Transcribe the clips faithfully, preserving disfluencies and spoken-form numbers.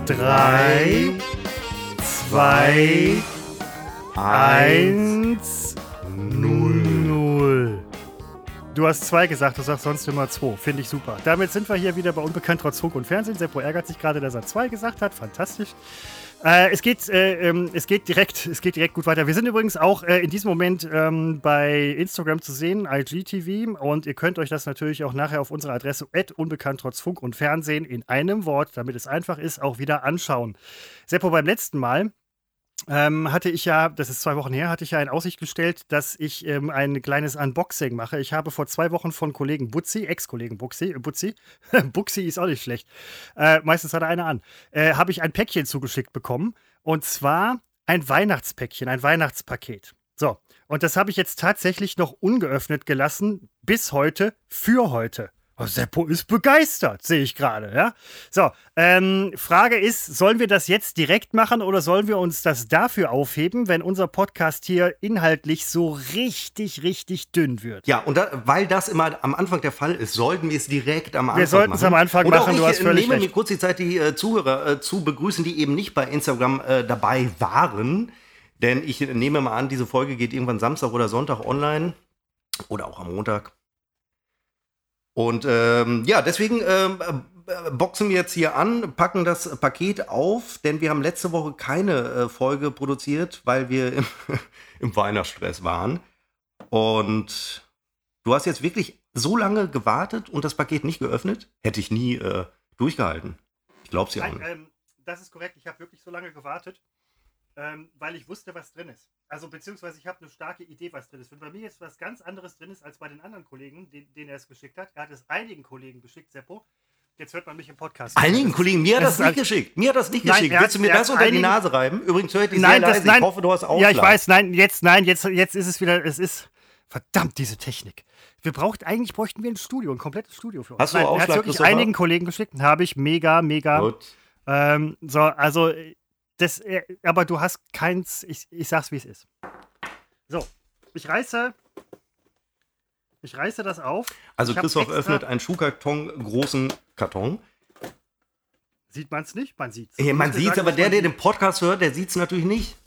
drei, zwei, eins, null. Du hast zwei gesagt, du sagst sonst immer zwei. Finde ich super. Damit sind wir hier wieder bei Unbekannt trotz Funk und Fernsehen. Seppo ärgert sich gerade, dass er zwei gesagt hat. Fantastisch. Äh, es, geht, äh, ähm, es, geht direkt, es geht direkt gut weiter. Wir sind übrigens auch äh, in diesem Moment ähm, bei Instagram zu sehen, I G T V. Und ihr könnt euch das natürlich auch nachher auf unserer Adresse at Unbekannt trotz Funk und Fernsehen in einem Wort, damit es einfach ist, auch wieder anschauen. Seppo, beim letzten Mal Ähm, hatte ich ja, das ist zwei Wochen her, hatte ich ja in Aussicht gestellt, dass ich ähm, ein kleines Unboxing mache. Ich habe vor zwei Wochen von Kollegen Butzi, Ex-Kollegen Buxi, äh, Butzi, Buxi ist auch nicht schlecht, äh, meistens hat er eine an, äh, habe ich ein Päckchen zugeschickt bekommen. Und zwar ein Weihnachtspäckchen, ein Weihnachtspaket. So, und das habe ich jetzt tatsächlich noch ungeöffnet gelassen, bis heute, für heute. Oh, Seppo ist begeistert, sehe ich gerade, ja. So, ähm, Frage ist, sollen wir das jetzt direkt machen oder sollen wir uns das dafür aufheben, wenn unser Podcast hier inhaltlich so richtig, richtig dünn wird? Ja, und da, weil das immer am Anfang der Fall ist, sollten wir es direkt am Anfang machen. Wir sollten es am Anfang und machen, ich du hast völlig nehme recht. mir kurz die Zeit, die äh, Zuhörer äh, zu begrüßen, die eben nicht bei Instagram äh, dabei waren. Denn ich nehme mal an, diese Folge geht irgendwann Samstag oder Sonntag online oder auch am Montag. Und ähm, ja, deswegen ähm, äh, boxen wir jetzt hier an, packen das Paket auf, denn wir haben letzte Woche keine äh, Folge produziert, weil wir im, im Weihnachtsstress waren. Und du hast jetzt wirklich so lange gewartet und das Paket nicht geöffnet? Hätte ich nie äh, durchgehalten. Ich glaub's ja auch nicht. Ähm, das ist korrekt, ich habe wirklich so lange gewartet, ähm, weil ich wusste, was drin ist. Also beziehungsweise ich habe eine starke Idee, was drin ist. Wenn bei mir jetzt was ganz anderes drin ist als bei den anderen Kollegen, den, denen er es geschickt hat, er hat es einigen Kollegen geschickt, Seppo. Jetzt hört man mich im Podcast. Einigen das Kollegen, mir hat das, das nicht geschickt. Mir hat das nicht nein, geschickt. Hat, Willst du mir das unter einigen, die Nase reiben? Übrigens höre ich dich nein, sehr leise. Das, nein, ich hoffe, du hast auch. Ja, ich weiß, nein, jetzt, nein, jetzt, jetzt ist es wieder, es ist, verdammt, diese Technik. Wir braucht, eigentlich bräuchten wir ein Studio, ein komplettes Studio für uns. Hast du nein, Ausschlag, er hat wirklich Christopher? einigen Kollegen geschickt, habe ich, mega, mega. Gut. Ähm, so, also, das, aber du hast keins, ich, ich sag's, wie es ist. So, ich reiße, ich reiße das auf. Also Christoph extra, öffnet einen Schuhkarton, großen Karton. Sieht man es nicht? Man sieht es. Hey, man sieht es, aber der, der den Podcast hört, der sieht es natürlich nicht.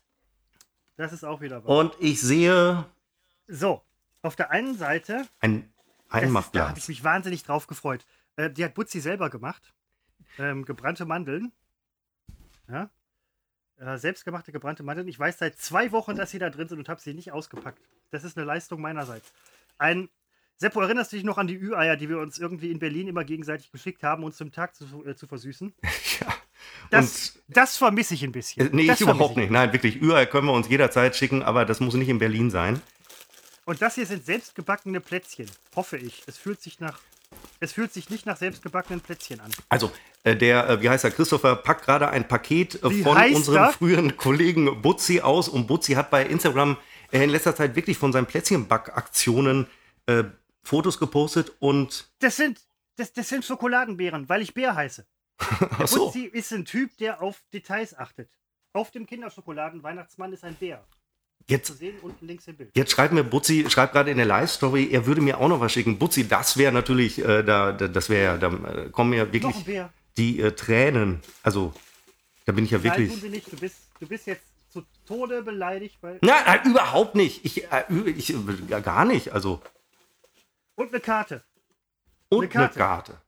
Das ist auch wieder wahr. Und ich sehe... So, auf der einen Seite... Ein Einmachglas. Da habe ich mich wahnsinnig drauf gefreut. Äh, die hat Butzi selber gemacht. Ähm, gebrannte Mandeln. Ja. Äh, selbstgemachte gebrannte Mandeln. Ich weiß seit zwei Wochen, dass sie da drin sind und habe sie nicht ausgepackt. Das ist eine Leistung meinerseits. Ein... Seppo, erinnerst du dich noch an die Ü-Eier, die wir uns irgendwie in Berlin immer gegenseitig geschickt haben, uns zum Tag zu, äh, zu versüßen? Ja. Das, das vermisse ich ein bisschen. Äh, nee, das ich überhaupt nicht. Nein, wirklich. Ü-Eier können wir uns jederzeit schicken, aber das muss nicht in Berlin sein. Und das hier sind selbstgebackene Plätzchen. Hoffe ich. Es fühlt sich nach... Es fühlt sich nicht nach selbstgebackenen Plätzchen an. Also, äh, der, äh, wie heißt er, Christopher packt gerade ein Paket äh, Wie von heißt unserem er? früheren Kollegen Butzi aus. Und Butzi hat bei Instagram äh, in letzter Zeit wirklich von seinen Plätzchenbackaktionen äh, Fotos gepostet und... Das sind, das, das sind Schokoladenbeeren, weil ich Bär heiße. Der Ach so. Butzi ist ein Typ, der auf Details achtet. Auf dem Kinderschokoladen-Weihnachtsmann ist ein Bär. Zu Jetzt, sehen, unten links im Bild. jetzt schreibt mir Butzi, schreibt gerade in der Live-Story, er würde mir auch noch was schicken. Butzi, das wäre natürlich, äh, da, da, das wäre ja, da äh, kommen mir Noch wirklich ein Bär. die äh, Tränen. Also, da bin ich ja wirklich... Nein, tun sie nicht. Du bist, du bist jetzt zu Tode beleidigt. Weil Nein, nein, überhaupt nicht. Ich, äh, ich, ja, gar nicht. Also, Und eine Karte. und Eine eine Karte. Karte.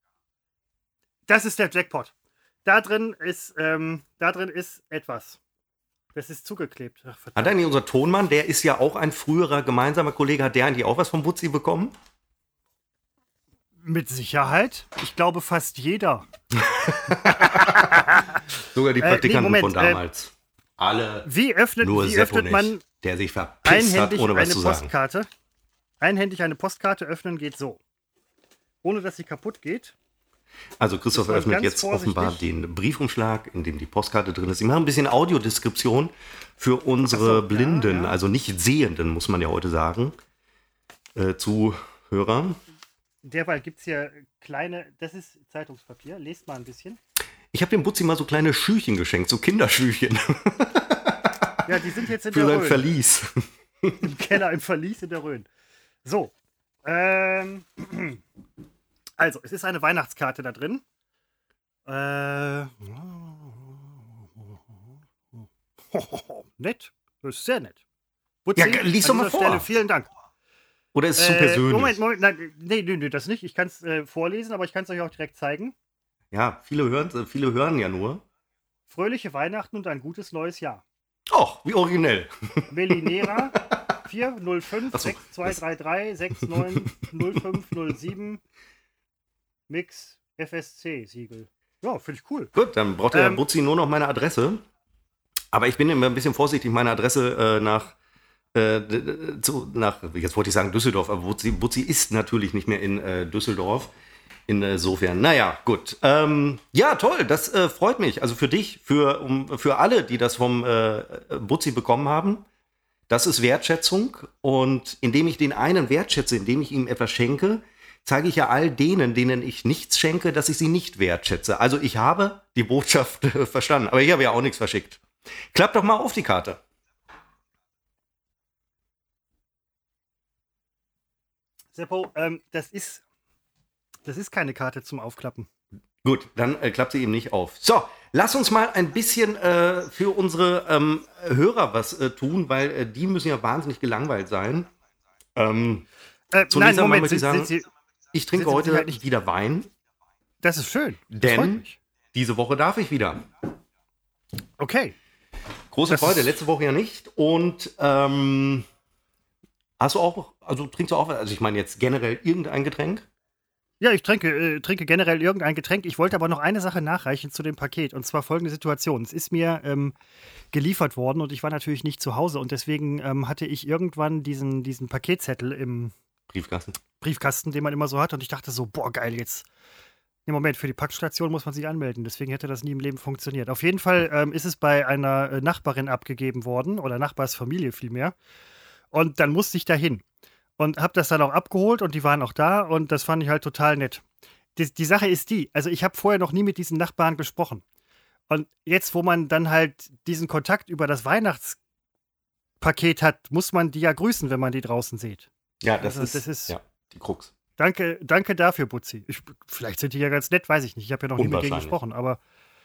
Das ist der Jackpot. Da drin ist, ähm, da drin ist etwas. Das ist zugeklebt. Ach, verdammt. Hat eigentlich unser Tonmann, der ist ja auch ein früherer gemeinsamer Kollege, hat der eigentlich auch was von Butzi bekommen? Mit Sicherheit. Ich glaube fast jeder. Sogar die Äh, nee, Praktikanten Moment, von damals. Alle, Wie öffnet, nur wie Seppo öffnet man nicht, der sich verpisst hat, einhändig ohne was eine zu sagen. Postkarte? Einhändig eine Postkarte öffnen geht so. Ohne dass sie kaputt geht. Also Christoph Ist man öffnet ganz jetzt offenbar vorsichtig. den Briefumschlag, in dem die Postkarte drin ist. Sie machen ein bisschen Audiodeskription für unsere Ach so, ja, Blinden, ja. also nicht Sehenden, muss man ja heute sagen, äh, Zuhörer. Derweil gibt es hier kleine, das ist Zeitungspapier, lest mal ein bisschen. Ich habe dem Butzi mal so kleine Schüchchen geschenkt, so Kinderschüchchen Ja, die sind jetzt in für der sein Rhön. Verlies. Im Keller, im Verlies in der Rhön. So. Ähm, also, es ist eine Weihnachtskarte da drin. Äh, nett. Das ist sehr nett. Butzi, Ja, lies doch an mal dieser vor. Stelle vielen Dank. Oder ist es zu Äh, persönlich? Moment, Moment, nein, nee, nee, nee, das nicht. Ich kann es äh, vorlesen, aber ich kann es euch auch direkt zeigen. Ja, viele hören, viele hören ja nur. Fröhliche Weihnachten und ein gutes neues Jahr. Och, wie originell. Melinera vier null fünf Ach so, sechs zwei drei drei sechs neun null fünf null sieben Mix F S C Siegel. Ja, finde ich cool. Gut, dann braucht der Ähm, Butzi nur noch meine Adresse. Aber ich bin immer ein bisschen vorsichtig, meine Adresse äh, nach, äh, d- d- zu, nach, jetzt wollte ich sagen Düsseldorf, aber Butzi, Butzi ist natürlich nicht mehr in äh, Düsseldorf. Insofern, naja, gut. Ähm, ja, toll, das äh, freut mich. Also für dich, für, um, für alle, die das vom äh, Butzi bekommen haben. Das ist Wertschätzung. Und indem ich den einen wertschätze, indem ich ihm etwas schenke, zeige ich ja all denen, denen ich nichts schenke, dass ich sie nicht wertschätze. Also ich habe die Botschaft äh, verstanden, aber ich habe ja auch nichts verschickt. Klapp doch mal auf die Karte. Seppo, ähm, das ist das ist keine Karte zum Aufklappen. Gut, dann äh, klappt sie eben nicht auf. So, lass uns mal ein bisschen äh, für unsere ähm, Hörer was äh, tun, weil äh, die müssen ja wahnsinnig gelangweilt sein. Ähm, Äh, Zunächst nein, einmal Moment, möchte ich sind, sagen, sind Sie, ich trinke sind Sie heute sicher nicht- wieder Wein, das ist schön. Das freut denn mich. diese Woche darf ich wieder. Okay. Große Das Freude, ist- letzte Woche ja nicht. Und ähm, hast du auch, also trinkst du auch, also ich meine jetzt generell irgendein Getränk? Ja, ich trinke, äh, trinke generell irgendein Getränk. Ich wollte aber noch eine Sache nachreichen zu dem Paket. Und zwar folgende Situation. Es ist mir ähm, geliefert worden und ich war natürlich nicht zu Hause. Und deswegen ähm, hatte ich irgendwann diesen, diesen Paketzettel im Briefkasten. Briefkasten, den man immer so hat. Und ich dachte so, boah, geil, jetzt. Im Moment, für die Packstation muss man sich anmelden. Deswegen hätte das nie im Leben funktioniert. Auf jeden Fall ähm, ist es bei einer äh, Nachbarin abgegeben worden. Oder Nachbarsfamilie vielmehr. Und dann musste ich da hin. Und habe das dann auch abgeholt und die waren auch da und das fand ich halt total nett. Die, die Sache ist die, also ich habe vorher noch nie mit diesen Nachbarn gesprochen. Und jetzt, wo man dann halt diesen Kontakt über das Weihnachtspaket hat, muss man die ja grüßen, wenn man die draußen sieht. Ja, das, Also, ist, das ist- ja, die Krux. Danke, danke dafür, Butzi. Ich, vielleicht sind die ja ganz nett, weiß ich nicht. Ich habe ja noch nie mit denen Unwahrscheinlich. gesprochen, aber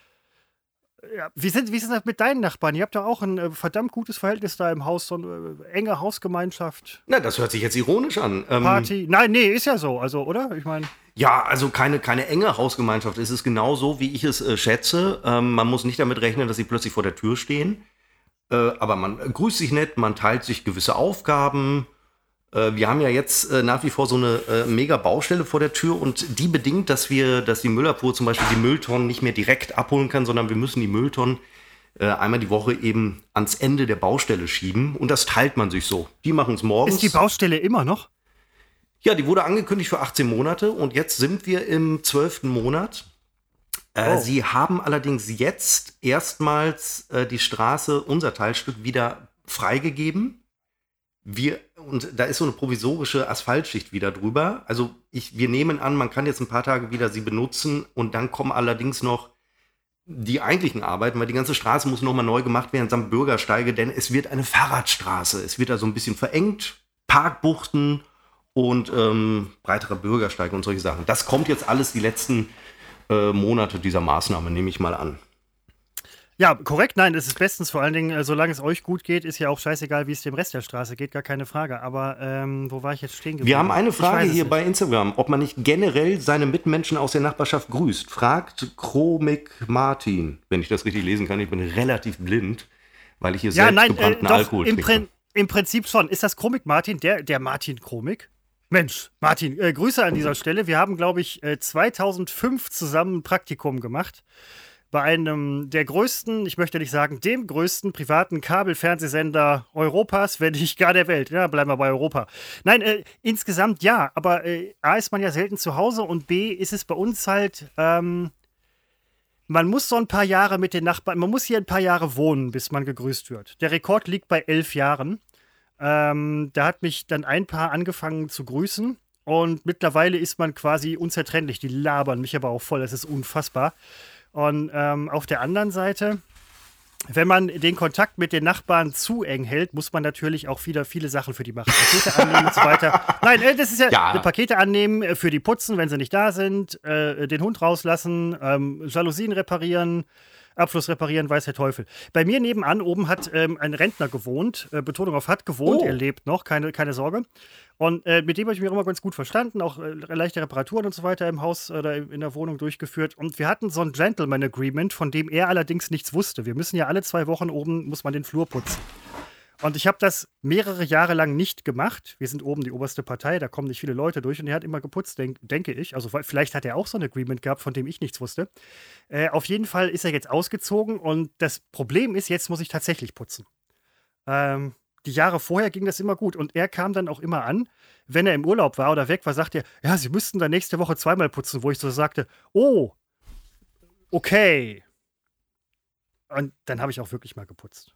ja, wie, sind, wie ist das mit deinen Nachbarn? Ihr habt ja auch ein äh, verdammt gutes Verhältnis da im Haus, so eine äh, enge Hausgemeinschaft, Na, das hört sich jetzt ironisch an. Ähm, Party. Nein, nee, ist ja so, also, oder? Ich meine. Ja, also keine, keine enge Hausgemeinschaft. Es ist genau so, wie ich es äh, schätze. Ähm, man muss nicht damit rechnen, dass sie plötzlich vor der Tür stehen. Äh, aber man äh, grüßt sich nett, man teilt sich gewisse Aufgaben. Äh, wir haben ja jetzt äh, nach wie vor so eine äh, mega Baustelle vor der Tür und die bedingt, dass wir, dass die Müllabfuhr zum Beispiel die Mülltonnen nicht mehr direkt abholen kann, sondern wir müssen die Mülltonnen äh, einmal die Woche eben ans Ende der Baustelle schieben und das teilt man sich so. Die machen es morgens. Ist die Baustelle immer noch? Ja, die wurde angekündigt für achtzehn Monate und jetzt sind wir im zwölften Monat. Äh, Oh. Sie haben allerdings jetzt erstmals äh, die Straße, unser Teilstück, wieder freigegeben. Wir, und da ist so eine provisorische Asphaltschicht wieder drüber. Also ich, wir nehmen an, man kann jetzt ein paar Tage wieder sie benutzen und dann kommen allerdings noch die eigentlichen Arbeiten, weil die ganze Straße muss nochmal neu gemacht werden samt Bürgersteige, denn es wird eine Fahrradstraße. Es wird also ein bisschen verengt, Parkbuchten und ähm, breiterer Bürgersteige und solche Sachen. Das kommt jetzt alles die letzten äh, Monate dieser Maßnahme, nehme ich mal an. Ja, korrekt. Nein, das ist bestens. Vor allen Dingen, äh, solange es euch gut geht, ist ja auch scheißegal, wie es dem Rest der Straße geht. Gar keine Frage. Aber ähm, wo war ich jetzt stehen geblieben? Wir haben eine Ich Frage weiß es hier nicht. bei Instagram, ob man nicht generell seine Mitmenschen aus der Nachbarschaft grüßt. Fragt Chromik Martin, wenn ich das richtig lesen kann. Ich bin relativ blind, weil ich hier Ja, selbst nein, äh, gebrannten doch, Alkohol im, trinke. Prin im Prinzip schon. Ist das Chromik Martin, der, der Martin Chromik? Mensch, Martin, äh, Grüße an dieser Stelle. Wir haben, glaube ich, äh, zweitausendfünf zusammen ein Praktikum gemacht. Bei einem der größten, ich möchte nicht sagen, dem größten privaten Kabelfernsehsender Europas, wenn nicht gar der Welt. Ja, bleiben wir bei Europa. Nein, äh, insgesamt ja, aber äh, A ist man ja selten zu Hause und B ist es bei uns halt, ähm, man muss so ein paar Jahre mit den Nachbarn, man muss hier ein paar Jahre wohnen, bis man gegrüßt wird. Der Rekord liegt bei elf Jahren. Ähm, da hat mich dann ein Paar angefangen zu grüßen und mittlerweile ist man quasi unzertrennlich. Die labern mich aber auch voll, das ist unfassbar. Und ähm, auf der anderen Seite wenn man den Kontakt mit den Nachbarn zu eng hält, muss man natürlich auch wieder viele Sachen für die machen. Pakete annehmen und so weiter. Nein, äh, das ist ja, Ja. Pakete annehmen, äh, für die putzen, wenn sie nicht da sind, äh, den Hund rauslassen, ähm, Jalousien reparieren, Abfluss reparieren, weiß der Teufel. Bei mir nebenan oben hat ähm, ein Rentner gewohnt, äh, Betonung auf hat gewohnt, Oh. er lebt noch, keine, keine Sorge. Und äh, mit dem habe ich mich immer ganz gut verstanden, auch äh, leichte Reparaturen und so weiter im Haus oder in der Wohnung durchgeführt. Und wir hatten so ein Gentleman Agreement, von dem er allerdings nichts wusste. Wir müssen ja alle zwei Wochen oben, muss man den Flur putzen. Und ich habe das mehrere Jahre lang nicht gemacht. Wir sind oben die oberste Partei, da kommen nicht viele Leute durch. Und er hat immer geputzt, denk, denke ich. Also vielleicht hat er auch so ein Agreement gehabt, von dem ich nichts wusste. Äh, auf jeden Fall ist er jetzt ausgezogen. Und das Problem ist, jetzt muss ich tatsächlich putzen. Ähm, die Jahre vorher ging das immer gut. Und er kam dann auch immer an, wenn er im Urlaub war oder weg war, sagt er, ja, Sie müssten dann nächste Woche zweimal putzen. Wo ich so sagte, oh, okay. Und dann habe ich auch wirklich mal geputzt.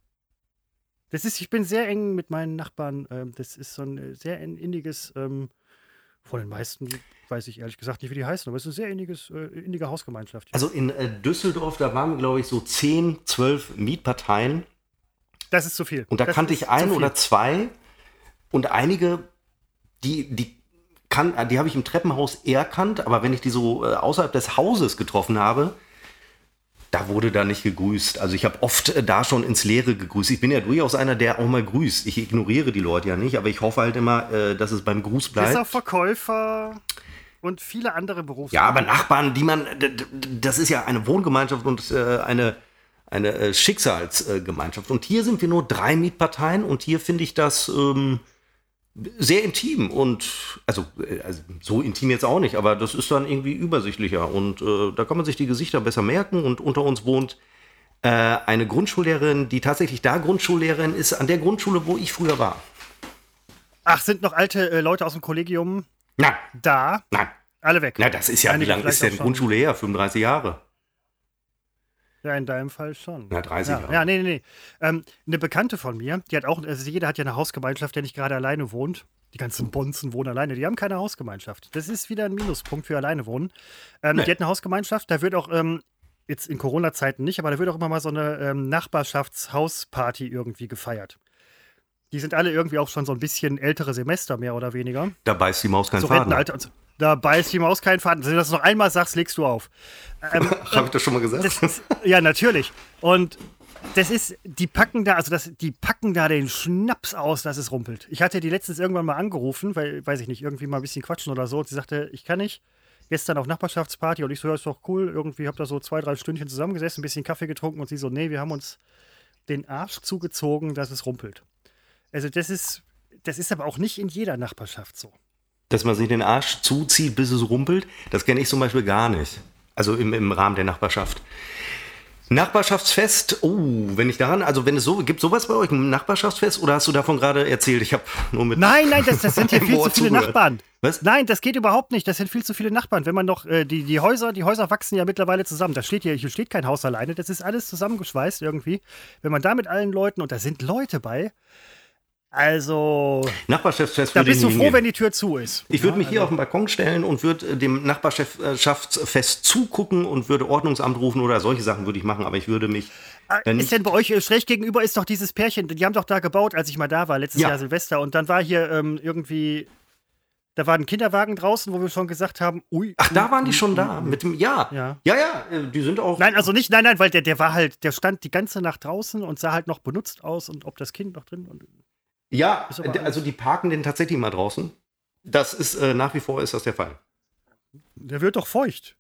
Das ist, ich bin sehr eng mit meinen Nachbarn. Ähm, das ist so ein äh, sehr in- inniges, ähm, von den meisten weiß ich ehrlich gesagt nicht, wie die heißen, aber es ist eine sehr inniges, äh, innige Hausgemeinschaft. Also in äh, Düsseldorf, da waren, glaube ich, so zehn, zwölf Mietparteien. Das ist zu viel. Und da das kannte ist ich ein zu viel. oder zwei. Und einige, die, die, kann, die habe ich im Treppenhaus eher kannt. Aber wenn ich die so äh, außerhalb des Hauses getroffen habe, da wurde da nicht gegrüßt. Also ich habe oft äh, da schon ins Leere gegrüßt. Ich bin ja durchaus einer, der auch mal grüßt. Ich ignoriere die Leute ja nicht, aber ich hoffe halt immer, äh, dass es beim Gruß Bis bleibt. auf Verkäufer und viele andere Berufe. Ja, aber Nachbarn, die man, d- d- das ist ja eine Wohngemeinschaft und äh, eine, eine äh, Schicksalsgemeinschaft. Und hier sind wir nur drei Mietparteien und hier finde ich das ähm, sehr intim und, also, äh, also so intim jetzt auch nicht, aber das ist dann irgendwie übersichtlicher und äh, da kann man sich die Gesichter besser merken und unter uns wohnt äh, eine Grundschullehrerin, die tatsächlich da Grundschullehrerin ist, an der Grundschule, wo ich früher war. Ach, sind noch alte äh, Leute aus dem Kollegium Nein, da? nein, Alle weg. na, das ist ja, Einige wie lange ist vielleicht denn auch schon. Grundschule her? fünfunddreißig Jahre. Ja, in deinem Fall schon. Na, dreißig ja, Jahre. Ja, nee, nee, nee. Ähm, eine Bekannte von mir, die hat auch, also jeder hat ja eine Hausgemeinschaft, der nicht gerade alleine wohnt. Die ganzen Bonzen wohnen alleine. Die haben keine Hausgemeinschaft. Das ist wieder ein Minuspunkt für alleine wohnen. Ähm, Nee. Die hat eine Hausgemeinschaft, da wird auch, ähm, jetzt in Corona-Zeiten nicht, aber da wird auch immer mal so eine ähm, Nachbarschaftshausparty irgendwie gefeiert. Die sind alle irgendwie auch schon so ein bisschen ältere Semester, mehr oder weniger. Da beißt die Maus keinen So Faden. Rentenalter und so. Da beißt die Maus keinen Faden. Wenn du das noch einmal sagst, legst du auf. Ähm, Habe ich das schon mal gesagt? das ist, ja, natürlich. Und das ist, die packen da, also das, die packen da den Schnaps aus, dass es rumpelt. Ich hatte die letztens irgendwann mal angerufen, weil, weiß ich nicht, irgendwie mal ein bisschen quatschen oder so. Und sie sagte, ich kann nicht. Gestern auf Nachbarschaftsparty und ich so, ja, ist doch cool. Irgendwie hab da so zwei, drei Stündchen zusammengesessen, ein bisschen Kaffee getrunken und sie so, nee, wir haben uns den Arsch zugezogen, dass es rumpelt. Also das ist, das ist aber auch nicht in jeder Nachbarschaft so. Dass man sich den Arsch zuzieht, bis es rumpelt, das kenne ich zum Beispiel gar nicht. Also im, im Rahmen der Nachbarschaft. Nachbarschaftsfest, oh, wenn ich daran, also wenn es so, gibt sowas bei euch, ein Nachbarschaftsfest, oder hast du davon gerade erzählt? Ich habe nur mit Nein, nein, das, das sind hier einem viel zu Ohr viele zugehört. Nachbarn. Was? Nein, das geht überhaupt nicht. Das sind viel zu viele Nachbarn. Wenn man noch, äh, die, die Häuser, die Häuser wachsen ja mittlerweile zusammen. Da steht hier, hier steht kein Haus alleine. Das ist alles zusammengeschweißt irgendwie. Wenn man da mit allen Leuten, und da sind Leute bei, also, Nachbarschaftsfest da würde ich bist du nicht froh, hingehen. wenn die Tür zu ist. Ich würde Ja, mich hier also- auf den Balkon stellen und würde äh, dem Nachbarschaftsfest zugucken und würde Ordnungsamt rufen oder solche Sachen würde ich machen, aber ich würde mich Ah, äh, Ist nicht, denn bei euch äh, schräg gegenüber ist doch dieses Pärchen, die haben doch da gebaut, als ich mal da war, letztes Ja. Jahr Silvester. Und dann war hier ähm, irgendwie, da war ein Kinderwagen draußen, wo wir schon gesagt haben, ui. ach, da waren die ui, schon ui, da, ui. mit dem, ja, Ja. ja, ja, äh, die sind auch, Nein, also nicht, nein, nein, weil der, der war halt, der stand die ganze Nacht draußen und sah halt noch benutzt aus und ob das Kind noch drin und ja, Ist aber äh, also die parken den tatsächlich mal draußen. Das ist, äh, nach wie vor ist das der Fall. der wird doch feucht.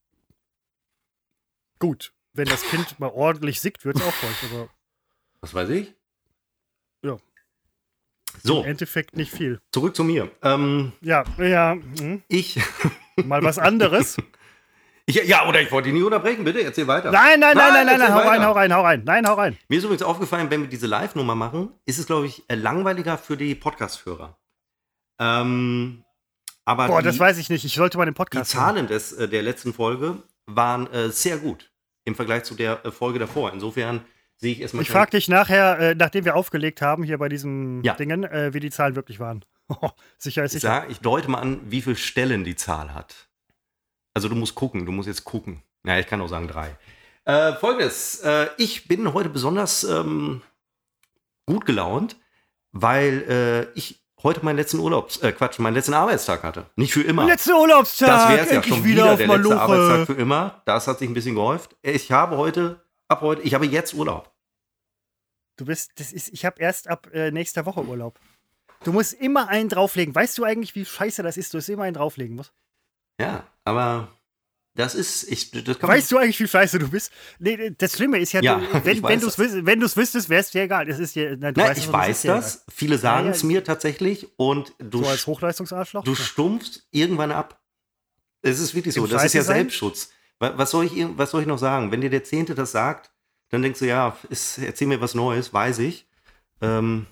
Gut, wenn das Kind mal ordentlich sickt, wird es auch feucht, aber Was weiß ich? Ja. So, im Endeffekt nicht viel. zurück zu mir. Ähm, Ja, ja, hm, ich, mal was anderes. ich, ja, oder ich wollte dich nie unterbrechen, bitte, erzähl weiter. Nein, nein, nein, nein, nein, erzähl nein, hau rein, weiter. hau rein, hau rein. Nein, hau rein. Mir ist übrigens aufgefallen, wenn wir diese Live-Nummer machen, ist es, glaube ich, äh, langweiliger für die Podcast-Hörer. Ähm, aber Boah, die, das weiß ich nicht. Ich sollte mal den die Podcast hören. Zahlen des, äh, der letzten Folge waren äh, sehr gut im Vergleich zu der äh, Folge davor. Insofern sehe ich erstmal Ich frage dich nachher, äh, nachdem wir aufgelegt haben, hier bei diesem Ja. Dingen, äh, wie die Zahlen wirklich waren. Sicher ist ich, sicher. sag, ich deute mal an, wie viele Stellen die Zahl hat. Also du musst gucken, du musst jetzt gucken. Ja, ich kann auch sagen drei. Äh, Folgendes, äh, ich bin heute besonders ähm, gut gelaunt, weil äh, ich heute meinen letzten Urlaubs, äh, Quatsch, meinen letzten Arbeitstag hatte. Nicht für immer. Letzter Urlaubstag. Das wäre es ja schon wieder, wieder der Maloche. letzte Arbeitstag für immer. Das hat sich ein bisschen gehäuft. Ich habe heute, ab heute, ich habe jetzt Urlaub. Du bist, das ist, ich habe erst ab äh, nächster Woche Urlaub. Du musst immer einen drauflegen. Weißt du eigentlich, wie scheiße das ist, dass du immer einen drauflegen musst? Ja, aber das ist, ich, das kann Weißt du eigentlich, wie scheiße du bist? Nee, das Schlimme ist ja, Ja, du, wenn, ich wenn weiß du es wenn du's wüsstest, wäre es dir egal. Das ist dir, na, du Na, weißt ich es, weiß ist dir das. Viele sagen Ja, es ja. mir tatsächlich und du, egal. So als sch- Hochleistungsarschloch? du stumpfst irgendwann ab. Es ist wirklich so. Im Das ist ja Scheiße sein? Selbstschutz. Wa- Was soll, ich, ir- was soll ich noch sagen? Wenn dir der Zehnte das sagt, dann denkst du, ja, ist, erzähl mir was Neues, weiß ich. Ähm,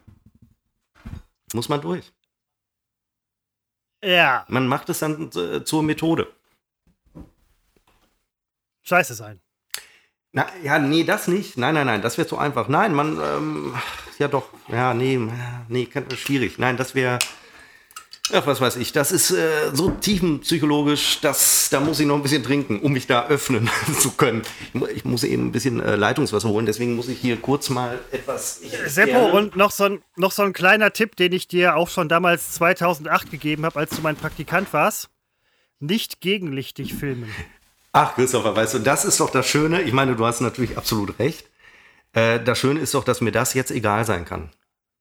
muss man durch. Ja, Man macht es dann äh, zur Methode. scheiße sein. Na, ja, nee, das nicht. Nein, nein, nein, das wäre zu einfach. Nein, man, ähm, ja doch, ja, nee, nee, kann, schwierig. Nein, das wäre, ach, was weiß ich, das ist äh, so tiefenpsychologisch, das, da muss ich noch ein bisschen trinken, um mich da öffnen zu können. Ich, mu- ich muss eben ein bisschen äh, Leitungswasser holen, deswegen muss ich hier kurz mal etwas... Ich, Seppo, gerne- und noch so, ein, noch so ein kleiner Tipp, den ich dir auch schon damals zweitausendacht gegeben habe, als du mein Praktikant warst. Nicht gegenlichtig filmen. Ach, Christopher, weißt du, das ist doch das Schöne, ich meine, du hast natürlich absolut recht. Äh, das Schöne ist doch, dass mir das jetzt egal sein kann.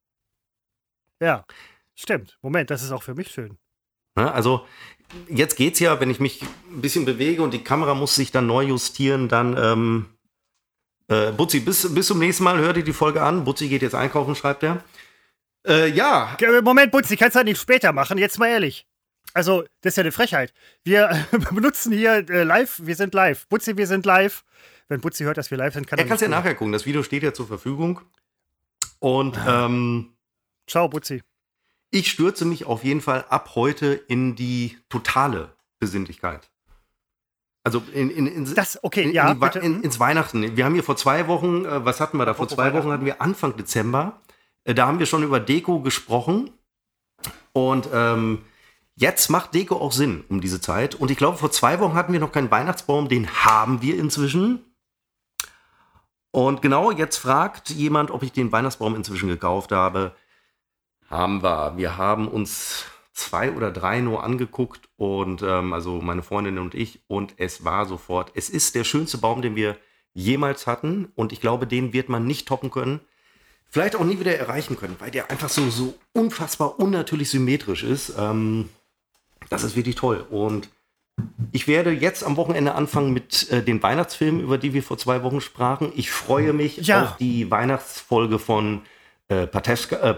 Ja, stimmt. Moment, das ist auch für mich schön. Ne? Also jetzt geht's ja, wenn ich mich ein bisschen bewege und die Kamera muss sich dann neu justieren, dann ähm, äh, Butzi, bis, bis zum nächsten Mal, hör dir die Folge an. Butzi geht jetzt einkaufen, schreibt er. Äh, ja, Ge- Moment, Butzi, kannst du das nicht später machen? Jetzt mal ehrlich. Also, das ist ja eine Frechheit. Wir benutzen hier äh, live, wir sind live. Butzi, wir sind live. Wenn Butzi hört, dass wir live sind, kann er er kannst ja nicht nachher gucken. Das Video steht ja zur Verfügung. Und ähm, Ciao, Butzi. ich stürze mich auf jeden Fall ab heute in die totale Besinnlichkeit. Also in, in, in, Das, okay, in, ja, in die, Wei- bitte. in, ins Weihnachten. Wir haben hier vor zwei Wochen, äh, was hatten wir da? Vor Apropos zwei Wochen Weihnachten. hatten wir Anfang Dezember. Äh, da haben wir schon über Deko gesprochen. Und ähm, jetzt macht Deko auch Sinn um diese Zeit. Und ich glaube, vor zwei Wochen hatten wir noch keinen Weihnachtsbaum. Den haben wir inzwischen. Und genau jetzt fragt jemand, ob ich den Weihnachtsbaum inzwischen gekauft habe. Haben wir. Wir haben uns zwei oder drei nur angeguckt. Und ähm, also meine Freundin und ich. Und es war sofort. Es ist der schönste Baum, den wir jemals hatten. Und ich glaube, den wird man nicht toppen können. Vielleicht auch nie wieder erreichen können, weil der einfach so, so unfassbar unnatürlich symmetrisch ist. Ähm, das ist wirklich toll. Und ich werde jetzt am Wochenende anfangen mit äh, den Weihnachtsfilmen, über die wir vor zwei Wochen sprachen. Ich freue mich Ja. auf die Weihnachtsfolge von äh, Patewska. Äh,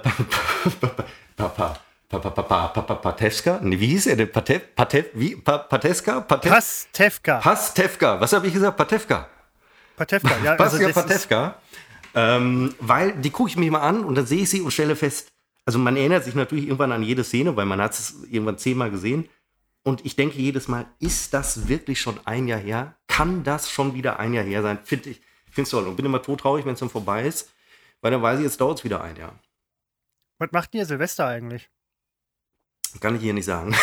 Papa. Patewska? Nee, wie hieß er denn? Patev, Patev, wie? Pa, Pateska? Patev, Pastewka. Pastewka. Was habe ich gesagt? Patewka. Patewka, ja. Also Bastian das ist, Patewka. Ähm, weil die gucke ich mir mal an und dann sehe ich sie und stelle fest, also man erinnert sich natürlich irgendwann an jede Szene, weil man hat es irgendwann zehnmal gesehen. Und ich denke jedes Mal, ist das wirklich schon ein Jahr her? Kann das schon wieder ein Jahr her sein? Finde ich, finde es toll. Und bin immer todtraurig, wenn es dann vorbei ist, weil dann weiß ich, jetzt dauert es wieder ein Jahr. was macht denn ihr Silvester eigentlich? Kann ich hier nicht sagen.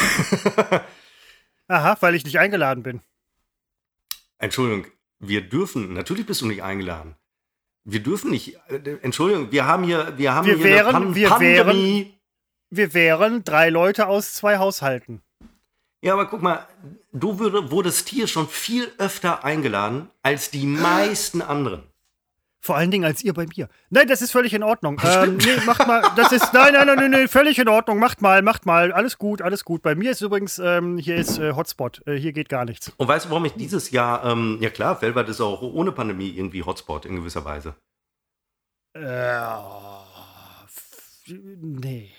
Aha, weil ich nicht eingeladen bin. Entschuldigung, wir dürfen, natürlich bist du nicht eingeladen. Wir dürfen nicht, äh, Entschuldigung, wir haben hier, wir haben Wir hier wären- eine Pan wir Pandemie. Wir wären drei Leute aus zwei Haushalten. Ja, aber guck mal, du würde, wurdest hier schon viel öfter eingeladen als die meisten anderen. Vor allen Dingen als ihr bei mir. Nein, das ist völlig in Ordnung. Ähm, nee, macht mal. Das ist. Nein, nein, nein, nein, nein, völlig in Ordnung. Macht mal, macht mal. Alles gut, alles gut. Bei mir ist übrigens, ähm, hier ist äh, Hotspot. Äh, hier geht gar nichts. Und weißt du, warum ich dieses Jahr, ähm, ja klar, Velbert ist auch ohne Pandemie irgendwie Hotspot in gewisser Weise. Äh, f- nee.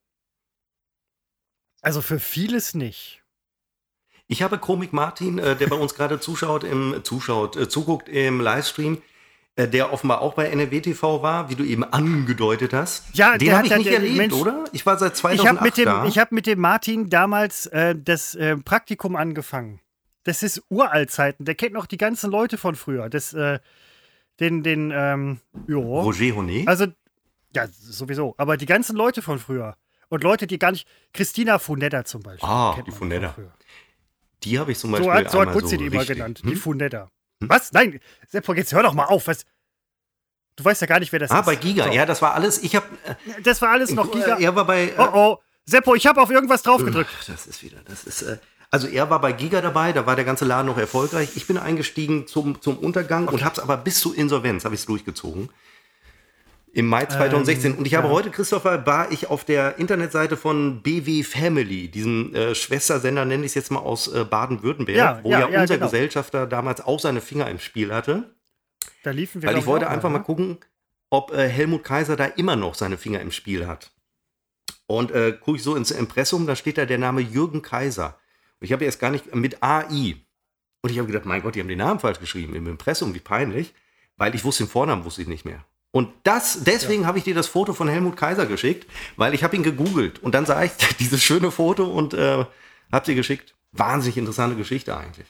Also für vieles nicht. Ich habe Komik Martin, äh, der bei uns gerade zuschaut, im, zuschaut, äh, zuguckt im Livestream, äh, der offenbar auch bei N R W T V war, wie du eben angedeutet hast. Ja, den der habe ich hat nicht ja- der erlebt, Mensch- oder? Ich war seit Ich zweitausendacht habe mit, dem- da. ich hab mit dem Martin damals äh, das äh, Praktikum angefangen. Das ist Uraltzeiten. Der kennt noch die ganzen Leute von früher. Das, äh, den, den, ähm, jo. Roger Honet? Also, ja, sowieso. Aber die ganzen Leute von früher. Und Leute, die gar nicht. Christina Funetta zum Beispiel. Ah, kennt die man Funetta. von früher. Die habe ich zum Beispiel So hat, so hat einmal Butzi so die immer richtig. genannt. Hm? Die Funetta. Was? Nein, Seppo, jetzt hör doch mal auf. Was? Du weißt ja gar nicht, wer das ah, ist. Ah, bei Giga. So. Ja, das war alles. Ich hab. Äh, das war alles noch Giga. Er war bei. Äh, oh, oh. Seppo, ich habe auf irgendwas drauf gedrückt. Das ist wieder. Das ist. Äh, also, er war bei Giga dabei. Da war der ganze Laden noch erfolgreich. Ich bin eingestiegen zum, zum Untergang okay. und hab's aber bis zur Insolvenz habe ich es durchgezogen. Im Mai zweitausendsechzehn. Ähm, und ich habe ja. heute, Christopher, war ich auf der Internetseite von B W Family, diesem äh, Schwestersender, nenne ich es jetzt mal, aus äh, Baden-Württemberg, ja, wo ja, ja unser genau. Gesellschafter damals auch seine Finger im Spiel hatte. Da liefen wir Weil ich wollte einfach mal, mal gucken, ob äh, Helmut Kaiser da immer noch seine Finger im Spiel hat. Und äh, gucke ich so ins Impressum, da steht da der Name Jürgen Kaiser. Und ich habe jetzt gar nicht, mit A I. Und ich habe gedacht, mein Gott, die haben den Namen falsch geschrieben im Impressum, wie peinlich. Weil ich wusste den Vornamen, wusste ich nicht mehr. Und das, deswegen ja. habe ich dir das Foto von Helmut Kaiser geschickt, weil ich habe ihn gegoogelt. Und dann sah ich dieses schöne Foto und äh, habe dir geschickt. Wahnsinnig interessante Geschichte eigentlich.